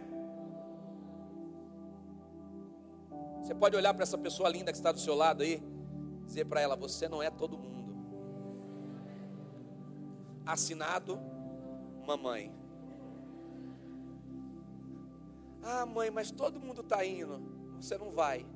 Você pode olhar para essa pessoa linda que está do seu lado aí, dizer para ela: você não é todo mundo. Assinado, mamãe. Ah, mãe, mas todo mundo está indo. Você não vai.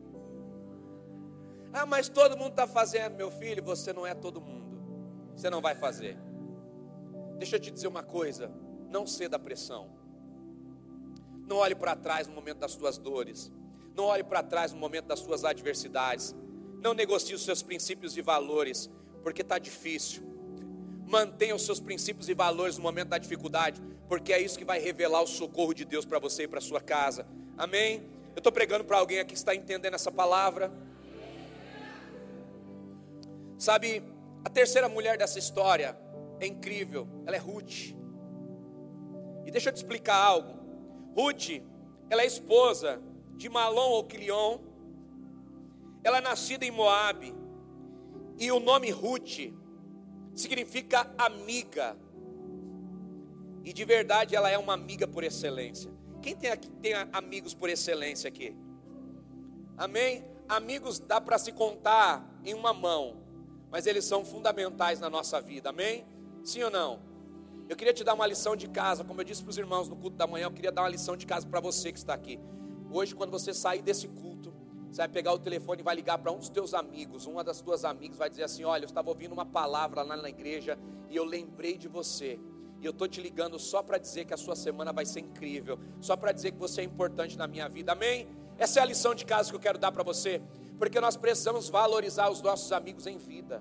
Ah, mas todo mundo está fazendo. Meu filho, você não é todo mundo. Você não vai fazer. Deixa eu te dizer uma coisa: não ceda à pressão. Não olhe para trás no momento das suas dores. Não olhe para trás no momento das suas adversidades. Não negocie os seus princípios e valores, porque está difícil. Mantenha os seus princípios e valores no momento da dificuldade, porque é isso que vai revelar o socorro de Deus para você e para a sua casa. Amém? Eu estou pregando para alguém aqui que está entendendo essa palavra. Sabe, a terceira mulher dessa história é incrível, ela é Ruth. E deixa eu te explicar algo. Ruth, ela é esposa de Malom ou Quilion. Ela é nascida em Moabe. E o nome Ruth significa amiga. E de verdade ela é uma amiga por excelência. Quem tem aqui tem amigos por excelência aqui? Amém? Amigos dá para se contar em uma mão, mas eles são fundamentais na nossa vida, amém? Sim ou não? Eu queria te dar uma lição de casa, como eu disse para os irmãos no culto da manhã, eu queria dar uma lição de casa para você que está aqui. Hoje, quando você sair desse culto, você vai pegar o telefone e vai ligar para um dos teus amigos, uma das tuas amigas, vai dizer assim: olha, eu estava ouvindo uma palavra lá na igreja e eu lembrei de você. E eu estou te ligando só para dizer que a sua semana vai ser incrível, só para dizer que você é importante na minha vida, amém? Essa é a lição de casa que eu quero dar para você, porque nós precisamos valorizar os nossos amigos em vida.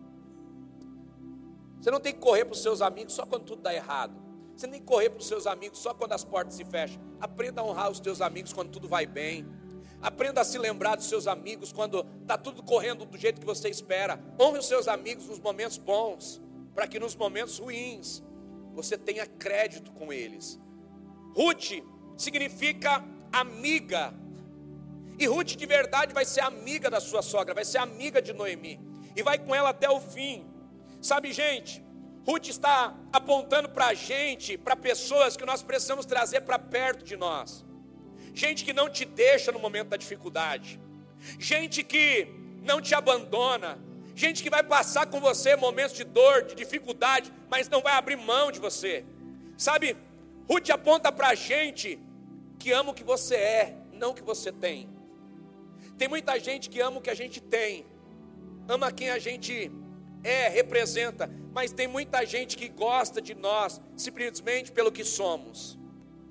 Você não tem que correr para os seus amigos só quando tudo dá errado. Você não tem que correr para os seus amigos só quando as portas se fecham. Aprenda a honrar os teus amigos quando tudo vai bem. Aprenda a se lembrar dos seus amigos quando está tudo correndo do jeito que você espera. Honre os seus amigos nos momentos bons, para que nos momentos ruins você tenha crédito com eles. Ruth significa amiga. E Ruth de verdade vai ser amiga da sua sogra, vai ser amiga de Noemi. E vai com ela até o fim. Sabe, gente, Ruth está apontando para a gente, para pessoas que nós precisamos trazer para perto de nós. Gente que não te deixa no momento da dificuldade. Gente que não te abandona. Gente que vai passar com você momentos de dor, de dificuldade, mas não vai abrir mão de você. Sabe, Ruth aponta para a gente que ama o que você é, não o que você tem. Tem muita gente que ama o que a gente tem, ama quem a gente representa, mas tem muita gente que gosta de nós simplesmente pelo que somos.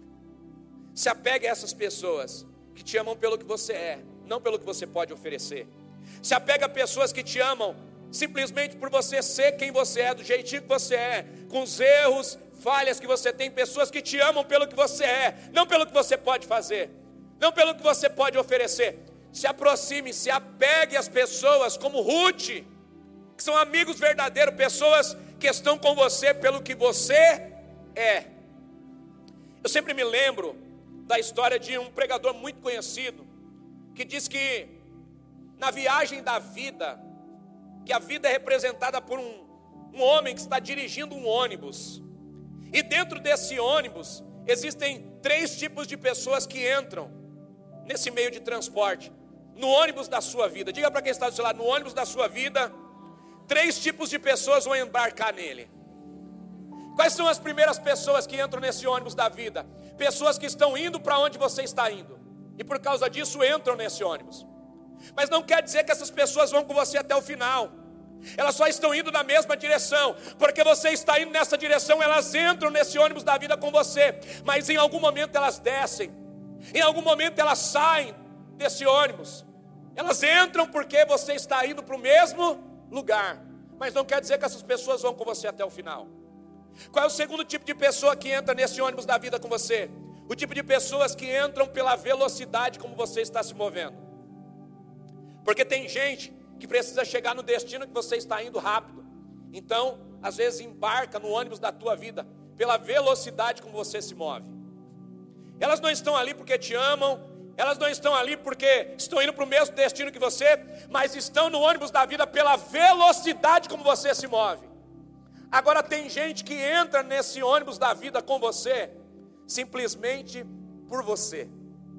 Se apegue a essas pessoas que te amam pelo que você é, não pelo que você pode oferecer. Se apega a pessoas que te amam simplesmente por você ser quem você é, do jeitinho que você é, com os erros, falhas que você tem. Pessoas que te amam pelo que você é, não pelo que você pode fazer, não pelo que você pode oferecer. Se aproxime, se apegue às pessoas como Ruth, que são amigos verdadeiros, pessoas que estão com você pelo que você é. Eu sempre me lembro da história de um pregador muito conhecido, que diz que na viagem da vida, que a vida é representada por um homem que está dirigindo um ônibus, e dentro desse ônibus existem 3 tipos de pessoas que entram nesse meio de transporte, no ônibus da sua vida. Diga para quem está do seu lado: no ônibus da sua vida, 3 tipos de pessoas vão embarcar nele. Quais são as primeiras pessoas que entram nesse ônibus da vida? Pessoas que estão indo para onde você está indo, e por causa disso entram nesse ônibus. Mas não quer dizer que essas pessoas vão com você até o final. Elas só estão indo na mesma direção, porque você está indo nessa direção. Elas entram nesse ônibus da vida com você, mas em algum momento elas descem, em algum momento elas saem desse ônibus. Elas entram porque você está indo para o mesmo lugar, mas não quer dizer que essas pessoas vão com você até o final. Qual é o segundo tipo de pessoa que entra nesse ônibus da vida com você? O tipo de pessoas que entram pela velocidade como você está se movendo. Porque tem gente que precisa chegar no destino que você está indo rápido. Então, às vezes embarca no ônibus da tua vida pela velocidade como você se move. Elas não estão ali porque te amam, elas não estão ali porque estão indo para o mesmo destino que você, mas estão no ônibus da vida pela velocidade como você se move. Agora tem gente que entra nesse ônibus da vida com você simplesmente por você,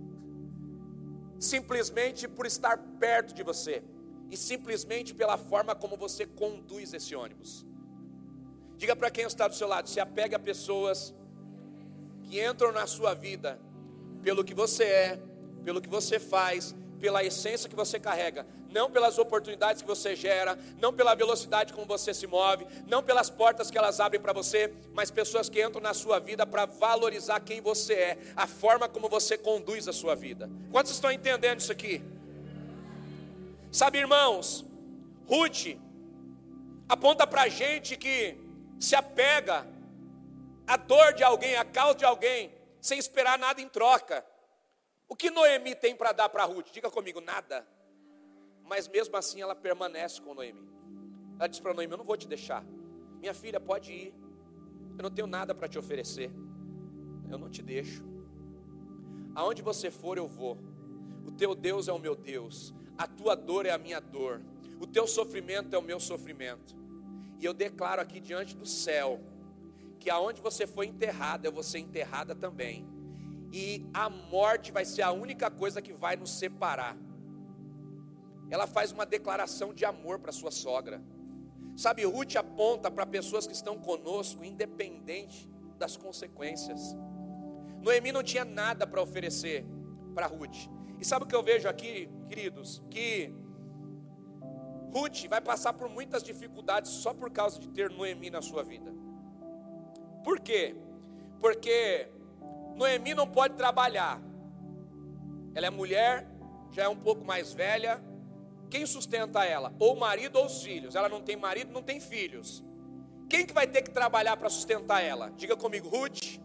simplesmente por estar perto de você, e simplesmente pela forma como você conduz esse ônibus. Diga para quem está do seu lado: se apega a pessoas que entram na sua vida pelo que você é, pelo que você faz, pela essência que você carrega, não pelas oportunidades que você gera, não pela velocidade como você se move, não pelas portas que elas abrem para você, mas pessoas que entram na sua vida para valorizar quem você é, a forma como você conduz a sua vida. Quantos estão entendendo isso aqui? Sabe, irmãos, Ruth aponta para a gente que se apega à dor de alguém, à causa de alguém, sem esperar nada em troca. O que Noemi tem para dar para Ruth? Diga comigo: nada. Mas mesmo assim ela permanece com Noemi. Ela diz para Noemi: eu não vou te deixar. Minha filha, pode ir. Eu não tenho nada para te oferecer. Eu não te deixo. Aonde você for eu vou. O teu Deus é o meu Deus. A tua dor é a minha dor. O teu sofrimento é o meu sofrimento. E eu declaro aqui diante do céu que aonde você foi enterrada, eu vou ser enterrada também. E a morte vai ser a única coisa que vai nos separar. Ela faz uma declaração de amor para sua sogra. Sabe, Ruth aponta para pessoas que estão conosco, independente das consequências. Noemi não tinha nada para oferecer para Ruth. E sabe o que eu vejo aqui, queridos? Que Ruth vai passar por muitas dificuldades só por causa de ter Noemi na sua vida. Por quê? Porque Noemi não pode trabalhar. Ela é mulher, já é um pouco mais velha. Quem sustenta ela? Ou o marido ou os filhos. Ela não tem marido, não tem filhos. Quem que vai ter que trabalhar para sustentar ela? Diga comigo, Ruth.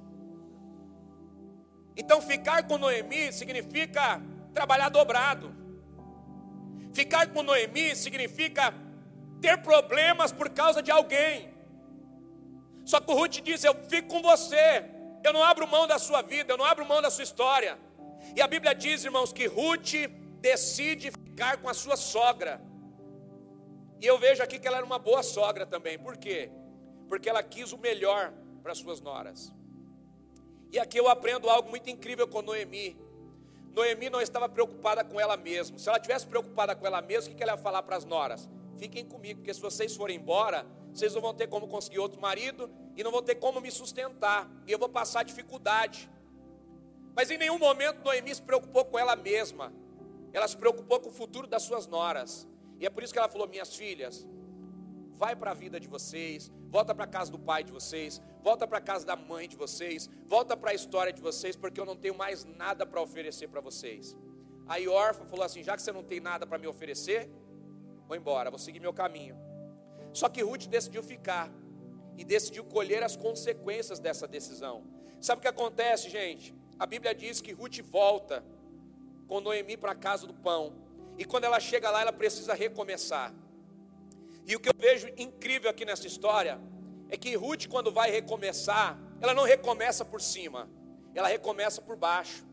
Então ficar com Noemi significa trabalhar dobrado. Ficar com Noemi significa ter problemas por causa de alguém. Só que o Ruth diz, eu fico com você. Eu não abro mão da sua vida, eu não abro mão da sua história. E a Bíblia diz, irmãos, que Ruth decide ficar com a sua sogra. E eu vejo aqui que ela era uma boa sogra também. Por quê? Porque ela quis o melhor para as suas noras. E aqui eu aprendo algo muito incrível com Noemi. Noemi não estava preocupada com ela mesma. Se ela tivesse preocupada com ela mesma, o que ela ia falar para as noras? Fiquem comigo, porque se vocês forem embora, vocês não vão ter como conseguir outro marido e não vão ter como me sustentar. E eu vou passar dificuldade. Mas em nenhum momento Noemi se preocupou com ela mesma. Ela se preocupou com o futuro das suas noras. E é por isso que ela falou, minhas filhas, vai para a vida de vocês, volta para a casa do pai de vocês, volta para a casa da mãe de vocês, volta para a história de vocês, porque eu não tenho mais nada para oferecer para vocês. Aí Orfa falou assim, já que você não tem nada para me oferecer, vou embora, vou seguir meu caminho. Só que Ruth decidiu ficar, e decidiu colher as consequências dessa decisão. Sabe o que acontece, gente? A Bíblia diz que Ruth volta com Noemi para a casa do pão, e quando ela chega lá, ela precisa recomeçar. E o que eu vejo incrível aqui nessa história é que Ruth, quando vai recomeçar, ela não recomeça por cima, ela recomeça por baixo.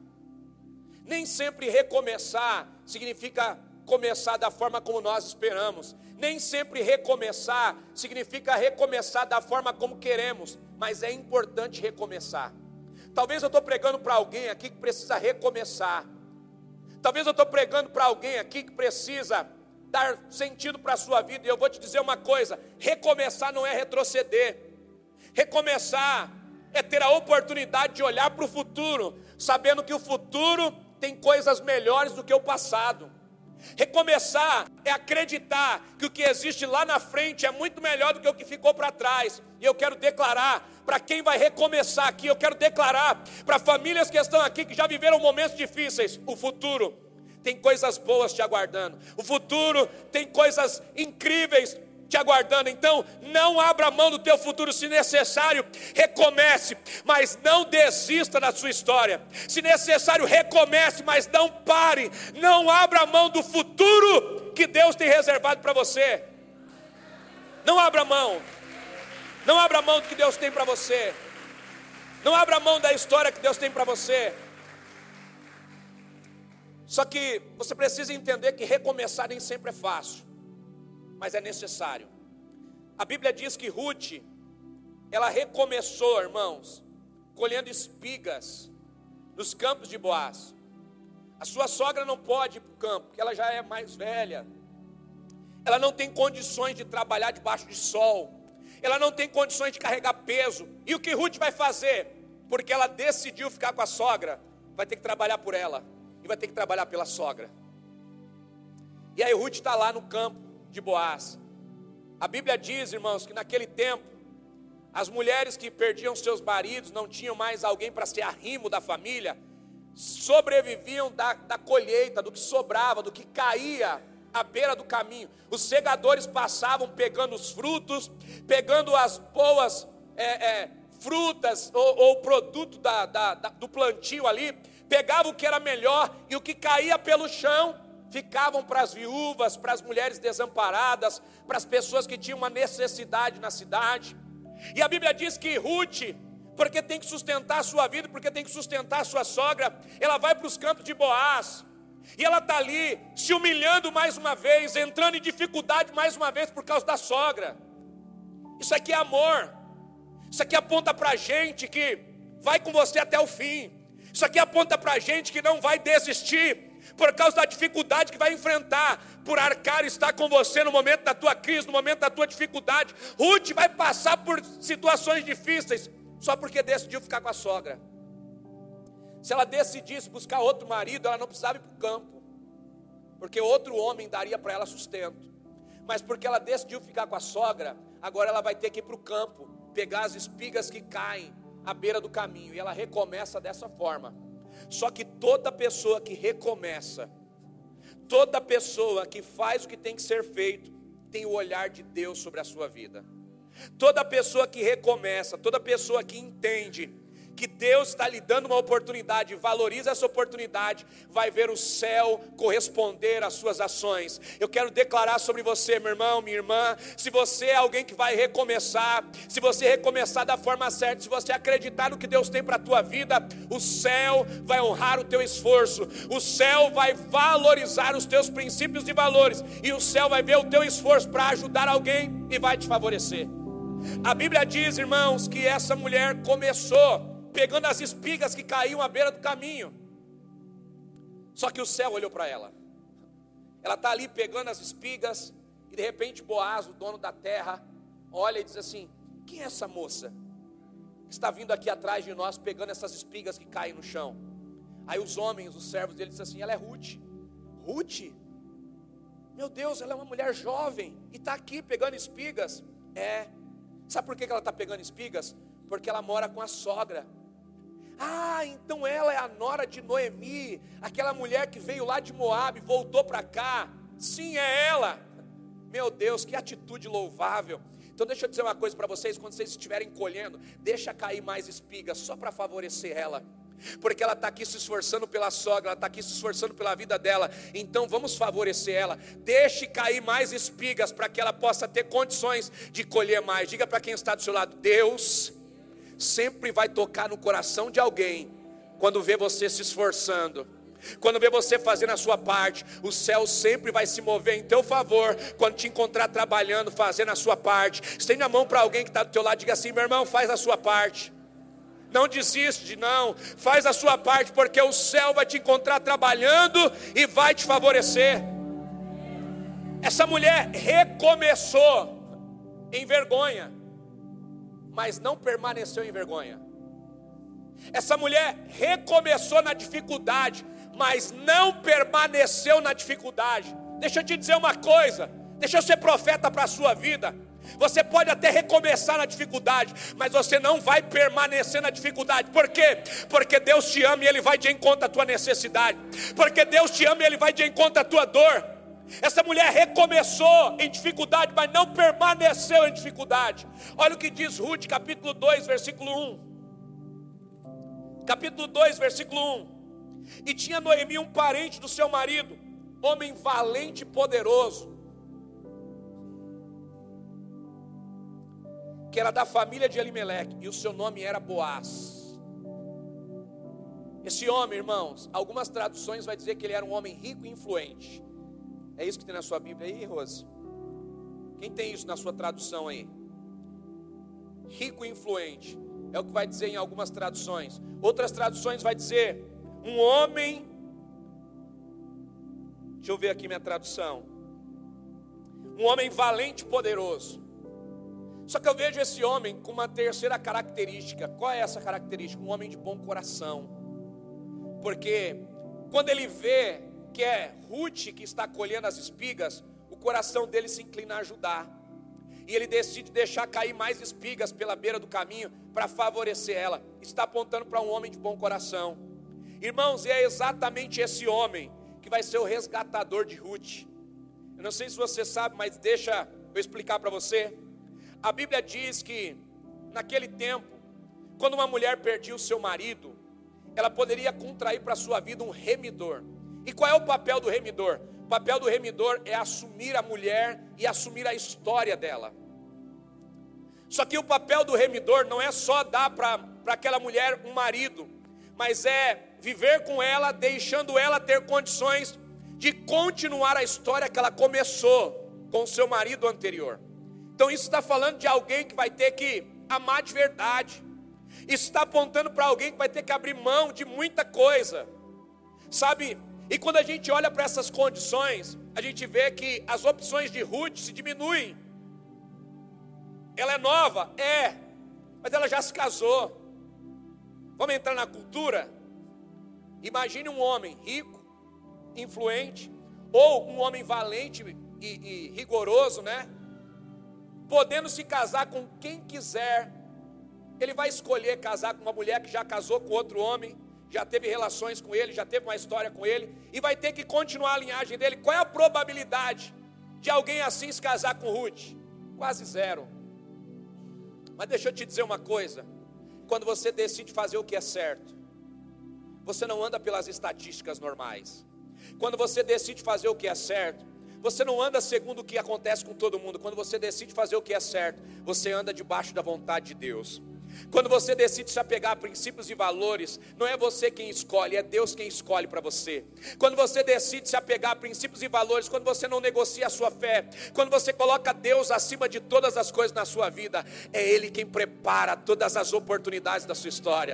Nem sempre recomeçar significa começar da forma como nós esperamos. Nem sempre recomeçar significa recomeçar da forma como queremos, mas é importante recomeçar. Talvez eu estou pregando para alguém aqui que precisa recomeçar. Talvez eu estou pregando para alguém aqui que precisa dar sentido para a sua vida. E eu vou te dizer uma coisa, recomeçar não é retroceder. Recomeçar é ter a oportunidade de olhar para o futuro, sabendo que o futuro tem coisas melhores do que o passado. Recomeçar é acreditar que o que existe lá na frente é muito melhor do que o que ficou para trás. E eu quero declarar para quem vai recomeçar aqui, eu quero declarar para famílias que estão aqui, que já viveram momentos difíceis, o futuro tem coisas boas te aguardando, o futuro tem coisas incríveis te aguardando. Então não abra mão do teu futuro. Se necessário, recomece, mas não desista da sua história. Se necessário, recomece, mas não pare. Não abra mão do futuro que Deus tem reservado para você. Não abra mão. Não abra mão do que Deus tem para você. Não abra mão da história que Deus tem para você. Só que você precisa entender que recomeçar nem sempre é fácil, mas é necessário. A Bíblia diz que Ruth, ela recomeçou, irmãos, colhendo espigas nos campos de Boaz. A sua sogra não pode ir para o campo, porque ela já é mais velha. Ela não tem condições de trabalhar debaixo de sol. Ela não tem condições de carregar peso. E o que Ruth vai fazer? Porque ela decidiu ficar com a sogra, vai ter que trabalhar por ela e vai ter que trabalhar pela sogra. E aí Ruth está lá no campo de Boaz. A Bíblia diz, irmãos, que naquele tempo as mulheres que perdiam seus maridos, não tinham mais alguém para ser arrimo da família, sobreviviam da colheita, do que sobrava, do que caía à beira do caminho. Os segadores passavam pegando os frutos, pegando as boas frutas ou produto do plantio ali, pegavam o que era melhor, e o que caía pelo chão ficavam para as viúvas, para as mulheres desamparadas, para as pessoas que tinham uma necessidade na cidade. E a Bíblia diz que Ruth, porque tem que sustentar a sua vida, porque tem que sustentar a sua sogra, ela vai para os campos de Boaz, e ela está ali se humilhando mais uma vez, entrando em dificuldade mais uma vez por causa da sogra. Isso aqui é amor. Isso aqui aponta para a gente que vai com você até o fim. Isso aqui aponta para a gente que não vai desistir. por causa da dificuldade que vai enfrentar, por Arcar estar com você no momento da tua crise, no momento da tua dificuldade. Ruth vai passar por situações difíceis, só porque decidiu ficar com a sogra. Se ela decidisse buscar outro marido, ela não precisava ir para o campo, porque outro homem daria para ela sustento. Mas porque ela decidiu ficar com a sogra, agora ela vai ter que ir para o campo, pegar as espigas que caem à beira do caminho, e ela recomeça dessa forma. Só que toda pessoa que recomeça, toda pessoa que faz o que tem que ser feito, tem o olhar de Deus sobre a sua vida. Toda pessoa que recomeça, toda pessoa que entende que Deus está lhe dando uma oportunidade, valoriza essa oportunidade, vai ver o céu corresponder às suas ações. Eu quero declarar sobre você, meu irmão, minha irmã, se você é alguém que vai recomeçar, se você recomeçar da forma certa, se você acreditar no que Deus tem para a tua vida, o céu vai honrar o teu esforço, o céu vai valorizar os teus princípios e valores, e o céu vai ver o teu esforço para ajudar alguém e vai te favorecer. A Bíblia diz, irmãos, que essa mulher começou pegando as espigas que caíam à beira do caminho. Só que o céu olhou para ela. Ela está ali pegando as espigas, e de repente Boaz, o dono da terra, olha e diz assim: quem é essa moça que está vindo aqui atrás de nós, pegando essas espigas que caem no chão? Aí os homens, os servos dele, dizem assim: ela é Ruth. Ruth? Meu Deus, ela é uma mulher jovem e está aqui pegando espigas. Sabe por que ela está pegando espigas? Porque ela mora com a sogra. Então ela é a nora de Noemi, aquela mulher que veio lá de Moabe, voltou para cá. Sim, é ela. Meu Deus, que atitude louvável. Então deixa eu dizer uma coisa para vocês: quando vocês estiverem colhendo, deixa cair mais espigas, só para favorecer ela. Porque ela está aqui se esforçando pela sogra, ela está aqui se esforçando pela vida dela. Então vamos favorecer ela. Deixe cair mais espigas, para que ela possa ter condições de colher mais. Diga para quem está do seu lado: Deus sempre vai tocar no coração de alguém quando vê você se esforçando, quando vê você fazendo a sua parte. O céu sempre vai se mover em teu favor quando te encontrar trabalhando, fazendo a sua parte. Estende a mão para alguém que está do teu lado, diga assim: meu irmão, faz a sua parte. Não desiste, não, faz a sua parte, porque o céu vai te encontrar trabalhando e vai te favorecer. Essa mulher recomeçou em vergonha, mas não permaneceu em vergonha. Essa mulher recomeçou na dificuldade, mas não permaneceu na dificuldade. Deixa eu te dizer uma coisa, deixa eu ser profeta para a sua vida. Você pode até recomeçar na dificuldade, mas você não vai permanecer na dificuldade. Por quê? Porque Deus te ama e Ele vai de encontro à tua necessidade. Porque Deus te ama e Ele vai de encontro à tua dor. Essa mulher recomeçou em dificuldade, mas não permaneceu em dificuldade. Olha o que diz Ruth, capítulo 2, versículo 1. Capítulo 2, versículo 1. E tinha Noemi um parente do seu marido, homem valente e poderoso, que era da família de Elimeleque, e o seu nome era Boaz. Esse homem, irmãos, algumas traduções vai dizer que ele era um homem rico e influente. É isso que tem na sua Bíblia aí, Rose? Quem tem isso na sua tradução aí? Rico e influente, é o que vai dizer em algumas traduções. Outras traduções vai dizer um homem, deixa eu ver aqui minha tradução, um homem valente e poderoso. Só que eu vejo esse homem com uma terceira característica. Qual é essa característica? Um homem de bom coração. Porque quando ele vê que é Ruth que está colhendo as espigas, o coração dele se inclina a ajudar. E ele decide deixar cair mais espigas pela beira do caminho para favorecer ela. Está apontando para um homem de bom coração. Irmãos, é exatamente esse homem que vai ser o resgatador de Ruth. Eu não sei se você sabe, mas deixa eu explicar para você. A Bíblia diz que naquele tempo, quando uma mulher perdia o seu marido, ela poderia contrair para a sua vida um remidor. E qual é o papel do remidor? O papel do remidor é assumir a mulher e assumir a história dela. Só que o papel do remidor não é só dar para aquela mulher um marido, mas é viver com ela, deixando ela ter condições de continuar a história que ela começou com o seu marido anterior. Então isso está falando de alguém que vai ter que amar de verdade. Isso está apontando para alguém que vai ter que abrir mão de muita coisa. Sabe, E quando a gente olha para essas condições, a gente vê que as opções de Ruth se diminuem. Ela é nova? É, mas ela já se casou. Vamos entrar na cultura? Imagine um homem rico, influente, ou um homem valente e rigoroso, né? Podendo se casar com quem quiser. Ele vai escolher casar com uma mulher que já casou com outro homem, já teve relações com ele, já teve uma história com ele, e vai ter que continuar a linhagem dele. Qual é a probabilidade de alguém assim se casar com Ruth? Quase zero. Mas deixa eu te dizer uma coisa: quando você decide fazer o que é certo, você não anda pelas estatísticas normais. Quando você decide fazer o que é certo, você não anda segundo o que acontece com todo mundo. Quando você decide fazer o que é certo, você anda debaixo da vontade de Deus. Quando você decide se apegar a princípios e valores, não é você quem escolhe, é Deus quem escolhe para você. Quando você decide se apegar a princípios e valores, quando você não negocia a sua fé, quando você coloca Deus acima de todas as coisas na sua vida, é Ele quem prepara todas as oportunidades da sua história.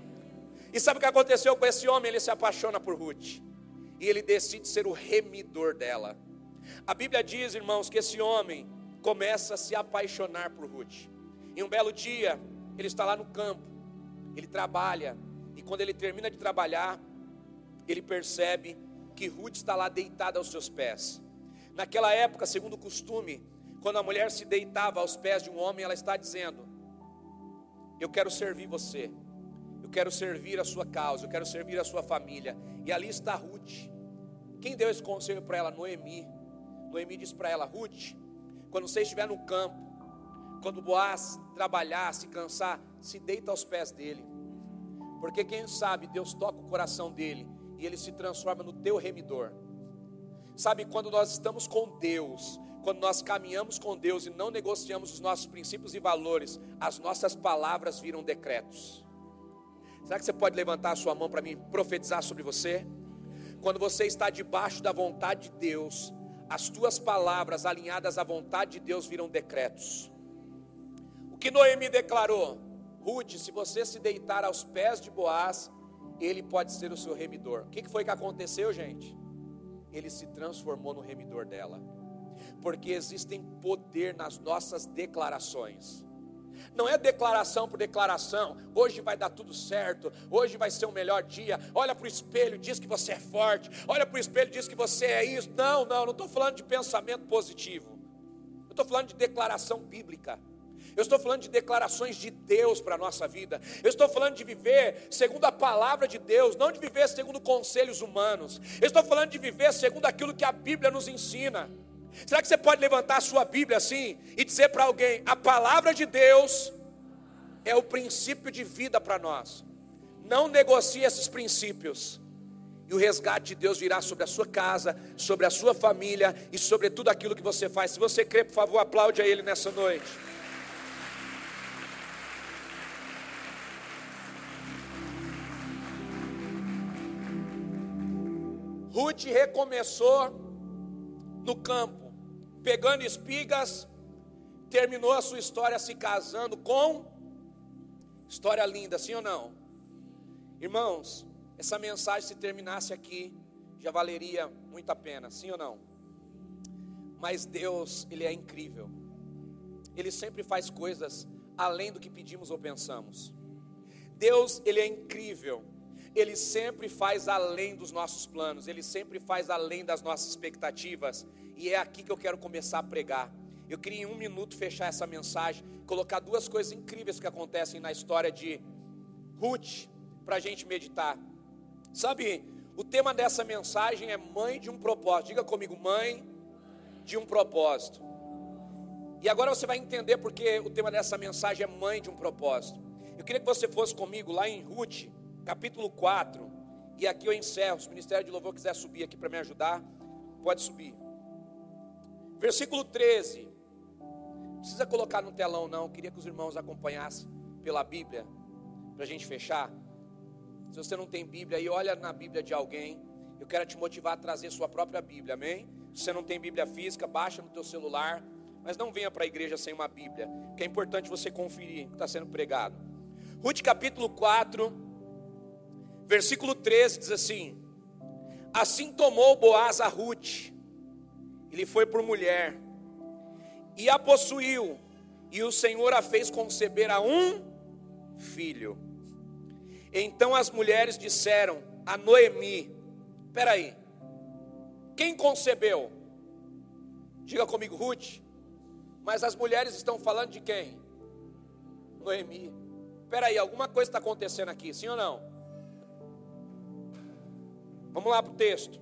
E sabe o que aconteceu com esse homem? Ele se apaixona por Ruth, e ele decide ser o remidor dela. A Bíblia diz, irmãos, que esse homem começa a se apaixonar por Ruth. E um belo dia, ele está lá no campo, ele trabalha, e quando ele termina de trabalhar, ele percebe que Ruth está lá deitada aos seus pés. Naquela época, segundo o costume, quando a mulher se deitava aos pés de um homem, ela está dizendo: eu quero servir você, eu quero servir a sua causa, eu quero servir a sua família. E ali está Ruth. Quem deu esse conselho para ela? Noemi. Noemi disse para ela: Ruth, quando você estiver no campo, quando Boaz trabalhar, se cansar, se deita aos pés dele, porque quem sabe Deus toca o coração dele e ele se transforma no teu remidor. Sabe, quando nós estamos com Deus, quando nós caminhamos com Deus e não negociamos os nossos princípios e valores, as nossas palavras viram decretos. Será que você pode levantar a sua mão para mim profetizar sobre você? Quando você está debaixo da vontade de Deus, as tuas palavras alinhadas à vontade de Deus viram decretos. O que Noemi declarou? Ruth, se você se deitar aos pés de Boaz, ele pode ser o seu remidor. O que foi que aconteceu, gente? Ele se transformou no remidor dela. Porque existem poder nas nossas declarações. Não é declaração por declaração. Hoje vai dar tudo certo, hoje vai ser o melhor dia. Olha para o espelho, diz que você é forte. Olha para o espelho, diz que você é isso. Não estou falando de pensamento positivo. Eu estou falando de declaração bíblica. Eu estou falando de declarações de Deus para a nossa vida. Eu estou falando de viver segundo a palavra de Deus, não de viver segundo conselhos humanos. Eu estou falando de viver segundo aquilo que a Bíblia nos ensina. Será que você pode levantar a sua Bíblia assim e dizer para alguém: a palavra de Deus é o princípio de vida para nós. Não negocie esses princípios, e o resgate de Deus virá sobre a sua casa, sobre a sua família e sobre tudo aquilo que você faz. Se você crê, por favor, aplaude a Ele nessa noite. Ruth recomeçou no campo, pegando espigas, terminou a sua história se casando com... História linda, sim ou não? Irmãos, essa mensagem, se terminasse aqui, já valeria muito a pena, sim ou não? Mas Deus, Ele é incrível. Ele sempre faz coisas além do que pedimos ou pensamos. Deus, Ele é incrível. Ele sempre faz além dos nossos planos. Ele sempre faz além das nossas expectativas. E é aqui que eu quero começar a pregar. Eu queria em 1 minuto fechar essa mensagem, colocar 2 coisas incríveis que acontecem na história de Ruth, para a gente meditar. Sabe, o tema dessa mensagem é mãe de um propósito. Diga comigo, mãe de um propósito. E agora você vai entender porque o tema dessa mensagem é mãe de um propósito. Eu queria que você fosse comigo lá em Ruth, capítulo 4, e aqui eu encerro. Se o Ministério de Louvor quiser subir aqui para me ajudar, pode subir. Versículo 13, não precisa colocar no telão não, eu queria que os irmãos acompanhassem pela Bíblia, para a gente fechar. Se você não tem Bíblia aí, olha na Bíblia de alguém. Eu quero te motivar a trazer sua própria Bíblia, amém? Se você não tem Bíblia física, baixa no teu celular, mas não venha para a igreja sem uma Bíblia, que é importante você conferir o que está sendo pregado. Ruth capítulo 4, versículo 13 diz assim: Assim tomou Boaz a Rute, e lhe foi por mulher, e a possuiu, e o Senhor a fez conceber a um filho. Então as mulheres disseram a Noemi: espera aí, quem concebeu? Diga comigo, Ruth. Mas as mulheres estão falando de quem? Noemi. Espera aí, alguma coisa está acontecendo aqui, sim ou não? Vamos lá para o texto.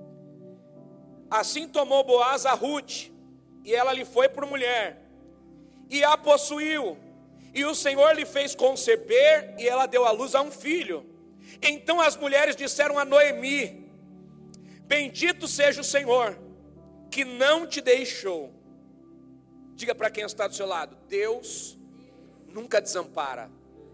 Assim tomou Boaz a Ruth, e ela lhe foi por mulher, e a possuiu, e o Senhor lhe fez conceber, e ela deu à luz a um filho. Então as mulheres disseram a Noemi: bendito seja o Senhor, que não te deixou. Diga para quem está do seu lado: Deus nunca desampara.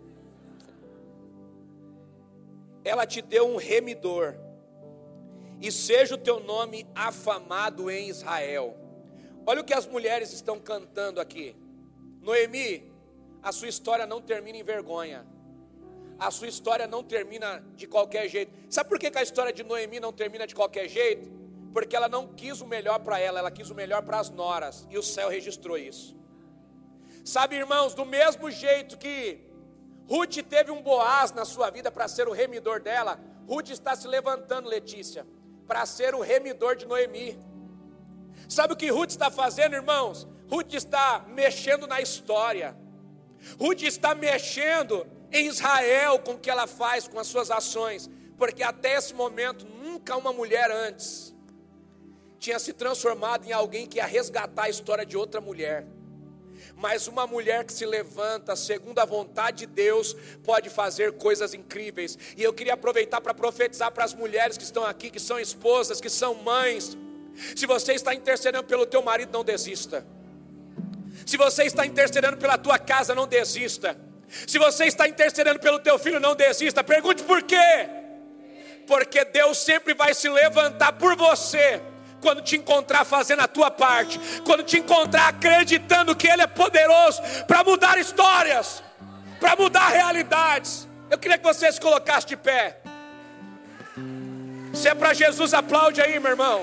Ela te deu um remidor, e seja o teu nome afamado em Israel. Olha o que as mulheres estão cantando aqui. Noemi, a sua história não termina em vergonha. A sua história não termina de qualquer jeito. Sabe por que a história de Noemi não termina de qualquer jeito? Porque ela não quis o melhor para ela, ela quis o melhor para as noras. E o céu registrou isso. Sabe, irmãos, do mesmo jeito que Ruth teve um Boaz na sua vida para ser o remidor dela, Ruth está se levantando, Letícia, para ser o remidor de Noemi. Sabe o que Ruth está fazendo, irmãos? Ruth está mexendo na história. Ruth está mexendo em Israel com o que ela faz, com as suas ações. Porque até esse momento, nunca uma mulher antes tinha se transformado em alguém que ia resgatar a história de outra mulher. Mas uma mulher que se levanta segundo a vontade de Deus pode fazer coisas incríveis. E eu queria aproveitar para profetizar para as mulheres que estão aqui, que são esposas, que são mães. Se você está intercedendo pelo teu marido, não desista. Se você está intercedendo pela tua casa, não desista. Se você está intercedendo pelo teu filho, não desista. Pergunte por quê? Porque Deus sempre vai se levantar por você quando te encontrar fazendo a tua parte, quando te encontrar acreditando que Ele é poderoso para mudar histórias, para mudar realidades. Eu queria que você se colocasse de pé. Se é para Jesus, aplaude aí, meu irmão.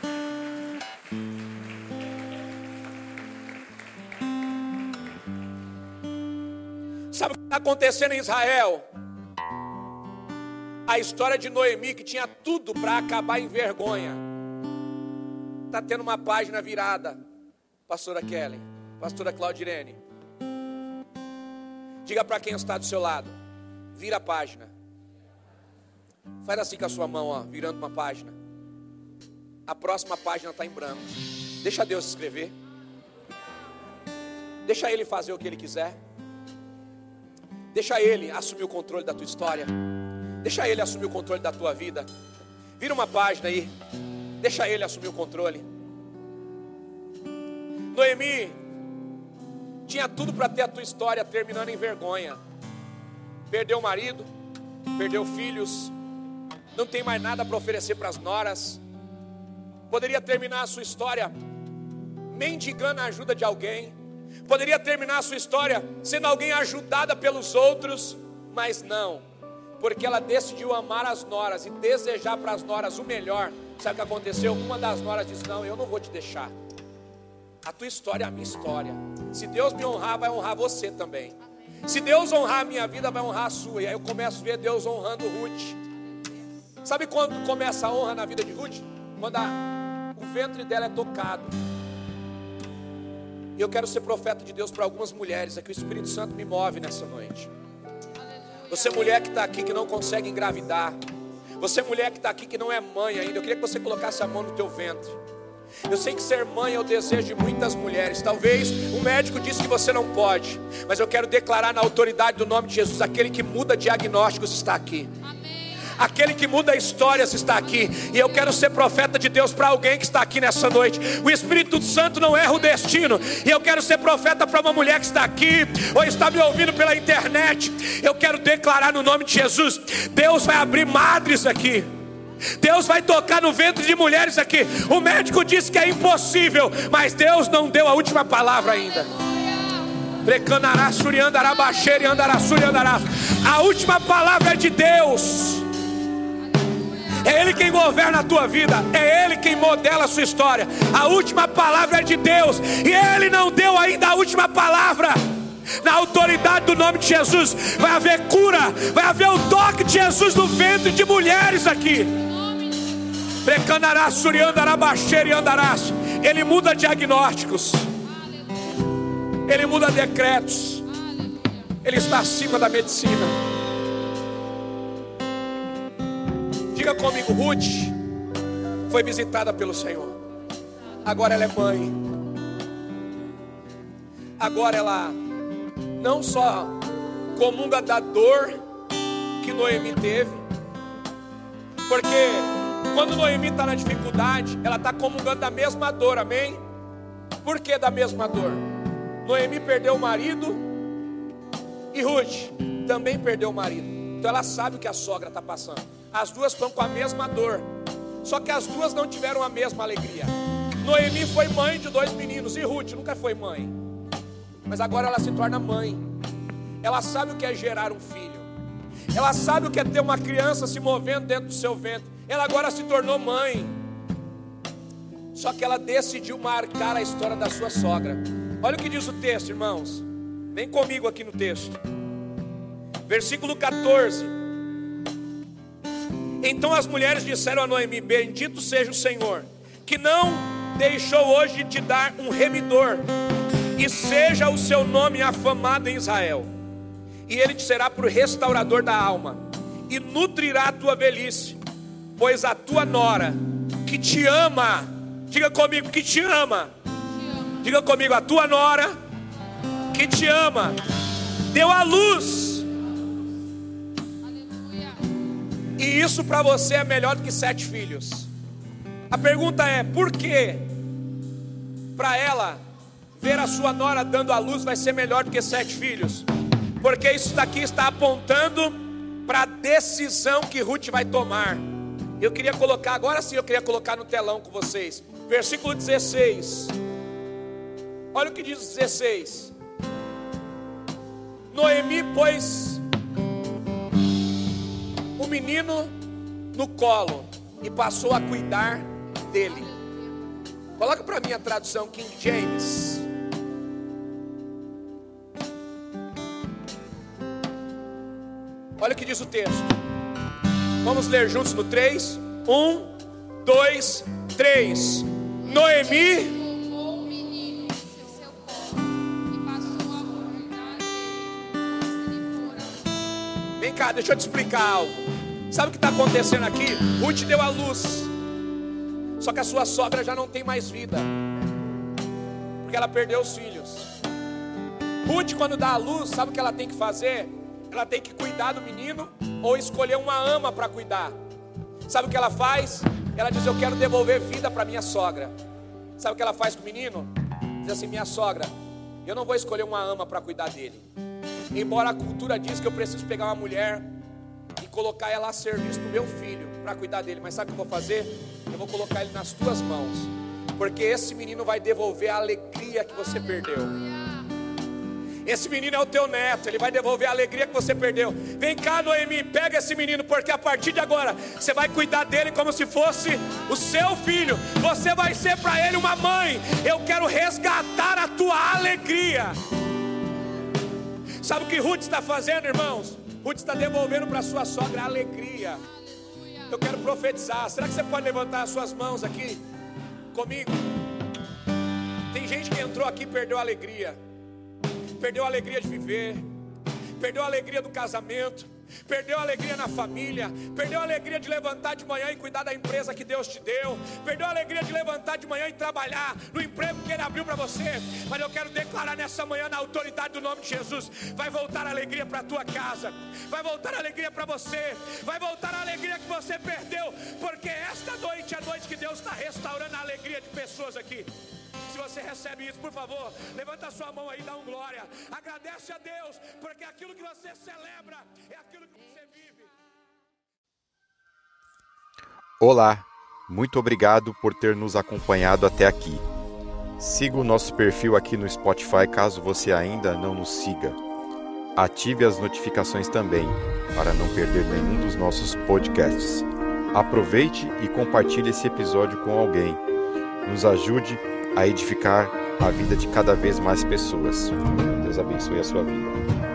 Sabe o que está acontecendo em Israel? A história de Noemi, que tinha tudo para acabar em vergonha, está tendo uma página virada. Pastora Kelly, pastora Claudirene, diga para quem está do seu lado: vira a página. Faz assim com a sua mão, ó, virando uma página. A próxima página está em branco. Deixa Deus escrever. Deixa Ele fazer o que Ele quiser. Deixa Ele assumir o controle da tua história. Deixa Ele assumir o controle da tua vida. Vira uma página aí. Deixa Ele assumir o controle. Noemi tinha tudo para ter a tua história terminando em vergonha. Perdeu o marido, perdeu filhos, não tem mais nada para oferecer para as noras. Poderia terminar a sua história mendigando a ajuda de alguém. Poderia terminar a sua história sendo alguém ajudada pelos outros. Mas não, porque ela decidiu amar as noras e desejar para as noras o melhor. Sabe o que aconteceu? Uma das noras disse: não, eu não vou te deixar. A tua história é a minha história. Se Deus me honrar, vai honrar você também. Se Deus honrar a minha vida, vai honrar a sua. E aí eu começo a ver Deus honrando Ruth. Sabe quando começa a honra na vida de Ruth? Quando o ventre dela é tocado. E eu quero ser profeta de Deus para algumas mulheres. É que o Espírito Santo me move nessa noite. Você mulher que está aqui que não consegue engravidar. Você mulher que está aqui que não é mãe ainda. Eu queria que você colocasse a mão no teu ventre. Eu sei que ser mãe é o desejo de muitas mulheres. Talvez o médico disse que você não pode, mas eu quero declarar na autoridade do nome de Jesus: aquele que muda diagnósticos está aqui. Aquele que muda histórias está aqui. E eu quero ser profeta de Deus para alguém que está aqui nessa noite. O Espírito Santo não erra o destino. E eu quero ser profeta para uma mulher que está aqui, ou está me ouvindo pela internet. Eu quero declarar no nome de Jesus: Deus vai abrir madres aqui. Deus vai tocar no ventre de mulheres aqui. O médico disse que é impossível, mas Deus não deu a última palavra ainda. A última palavra é de Deus. É Ele quem governa a tua vida. É Ele quem modela a sua história. A última palavra é de Deus. E Ele não deu ainda a última palavra. Na autoridade do nome de Jesus, vai haver cura. Vai haver o toque de Jesus no ventre de mulheres aqui. Ele muda diagnósticos. Ele muda decretos. Ele está acima da medicina. Diga comigo, Ruth foi visitada pelo Senhor. Agora ela é mãe. Agora ela não só comunga da dor que Noemi teve, porque quando Noemi está na dificuldade, ela está comungando da mesma dor, amém? Por que da mesma dor? Noemi perdeu o marido e Ruth também perdeu o marido. Então ela sabe o que a sogra está passando. As duas estão com a mesma dor, só que as duas não tiveram a mesma alegria. Noemi foi mãe de 2 meninos e Ruth nunca foi mãe, mas agora ela se torna mãe. Ela sabe o que é gerar um filho. Ela sabe o que é ter uma criança se movendo dentro do seu ventre. Ela agora se tornou mãe. Só que ela decidiu marcar a história da sua sogra. Olha o que diz o texto, irmãos. Vem comigo aqui no texto. Versículo 14. Então as mulheres disseram a Noemi: bendito seja o Senhor, que não deixou hoje de te dar um remidor, e seja o seu nome afamado em Israel. E ele te será por restaurador da alma, e nutrirá a tua velhice, pois a tua nora, que te ama, diga comigo, que te ama, diga comigo, a tua nora, que te ama, deu à luz. E isso para você é melhor do que 7 filhos. A pergunta é, por que para ela ver a sua nora dando à luz vai ser melhor do que 7 filhos? Porque isso daqui está apontando para a decisão que Ruth vai tomar. Eu queria colocar, agora sim eu queria colocar no telão com vocês. Versículo 16. Olha o que diz 16. Noemi pôs o menino no colo e passou a cuidar dele. Coloca para mim a tradução King James. Olha o que diz o texto. Vamos ler juntos no 3. 1, 2, 3. Noemi tomou o menino em seu colo e passou a cuidar dele. Vem cá, deixa eu te explicar algo. Sabe o que está acontecendo aqui? Ruth deu à luz, só que a sua sogra já não tem mais vida, porque ela perdeu os filhos. Ruth, quando dá à luz, sabe o que ela tem que fazer? Ela tem que cuidar do menino ou escolher uma ama para cuidar. Sabe o que ela faz? Ela diz: eu quero devolver vida para minha sogra. Sabe o que ela faz com o menino? Diz assim: minha sogra, eu não vou escolher uma ama para cuidar dele. Embora a cultura diz que eu preciso pegar uma mulher e colocar ela a serviço do meu filho para cuidar dele, mas sabe o que eu vou fazer? Eu vou colocar ele nas tuas mãos, porque esse menino vai devolver a alegria que você perdeu. Esse menino é o teu neto, ele vai devolver a alegria que você perdeu. Vem cá, Noemi, pega esse menino, porque a partir de agora você vai cuidar dele como se fosse o seu filho. Você vai ser para ele uma mãe. Eu quero resgatar a tua alegria. Sabe o que Ruth está fazendo, irmãos? Ruth está devolvendo para sua sogra a alegria. Eu quero profetizar. Será que você pode levantar as suas mãos aqui comigo? Tem gente que entrou aqui e perdeu a alegria. Perdeu a alegria de viver, perdeu a alegria do casamento, perdeu a alegria na família, perdeu a alegria de levantar de manhã e cuidar da empresa que Deus te deu, perdeu a alegria de levantar de manhã e trabalhar no emprego que Ele abriu para você. Mas eu quero declarar nessa manhã, na autoridade do nome de Jesus, vai voltar a alegria para a tua casa, vai voltar a alegria para você, vai voltar a alegria que você perdeu, porque esta noite é a noite que Deus está restaurando a alegria de pessoas aqui. Se você recebe isso, por favor, levanta a sua mão aí e dá um glória. Agradece a Deus, porque aquilo que você celebra é aquilo que você vive. Olá, muito obrigado por ter nos acompanhado até aqui. Siga o nosso perfil aqui no Spotify caso você ainda não nos siga. Ative as notificações também, para não perder nenhum dos nossos podcasts. Aproveite e compartilhe esse episódio com alguém. Nos ajude a edificar a vida de cada vez mais pessoas. Deus abençoe a sua vida.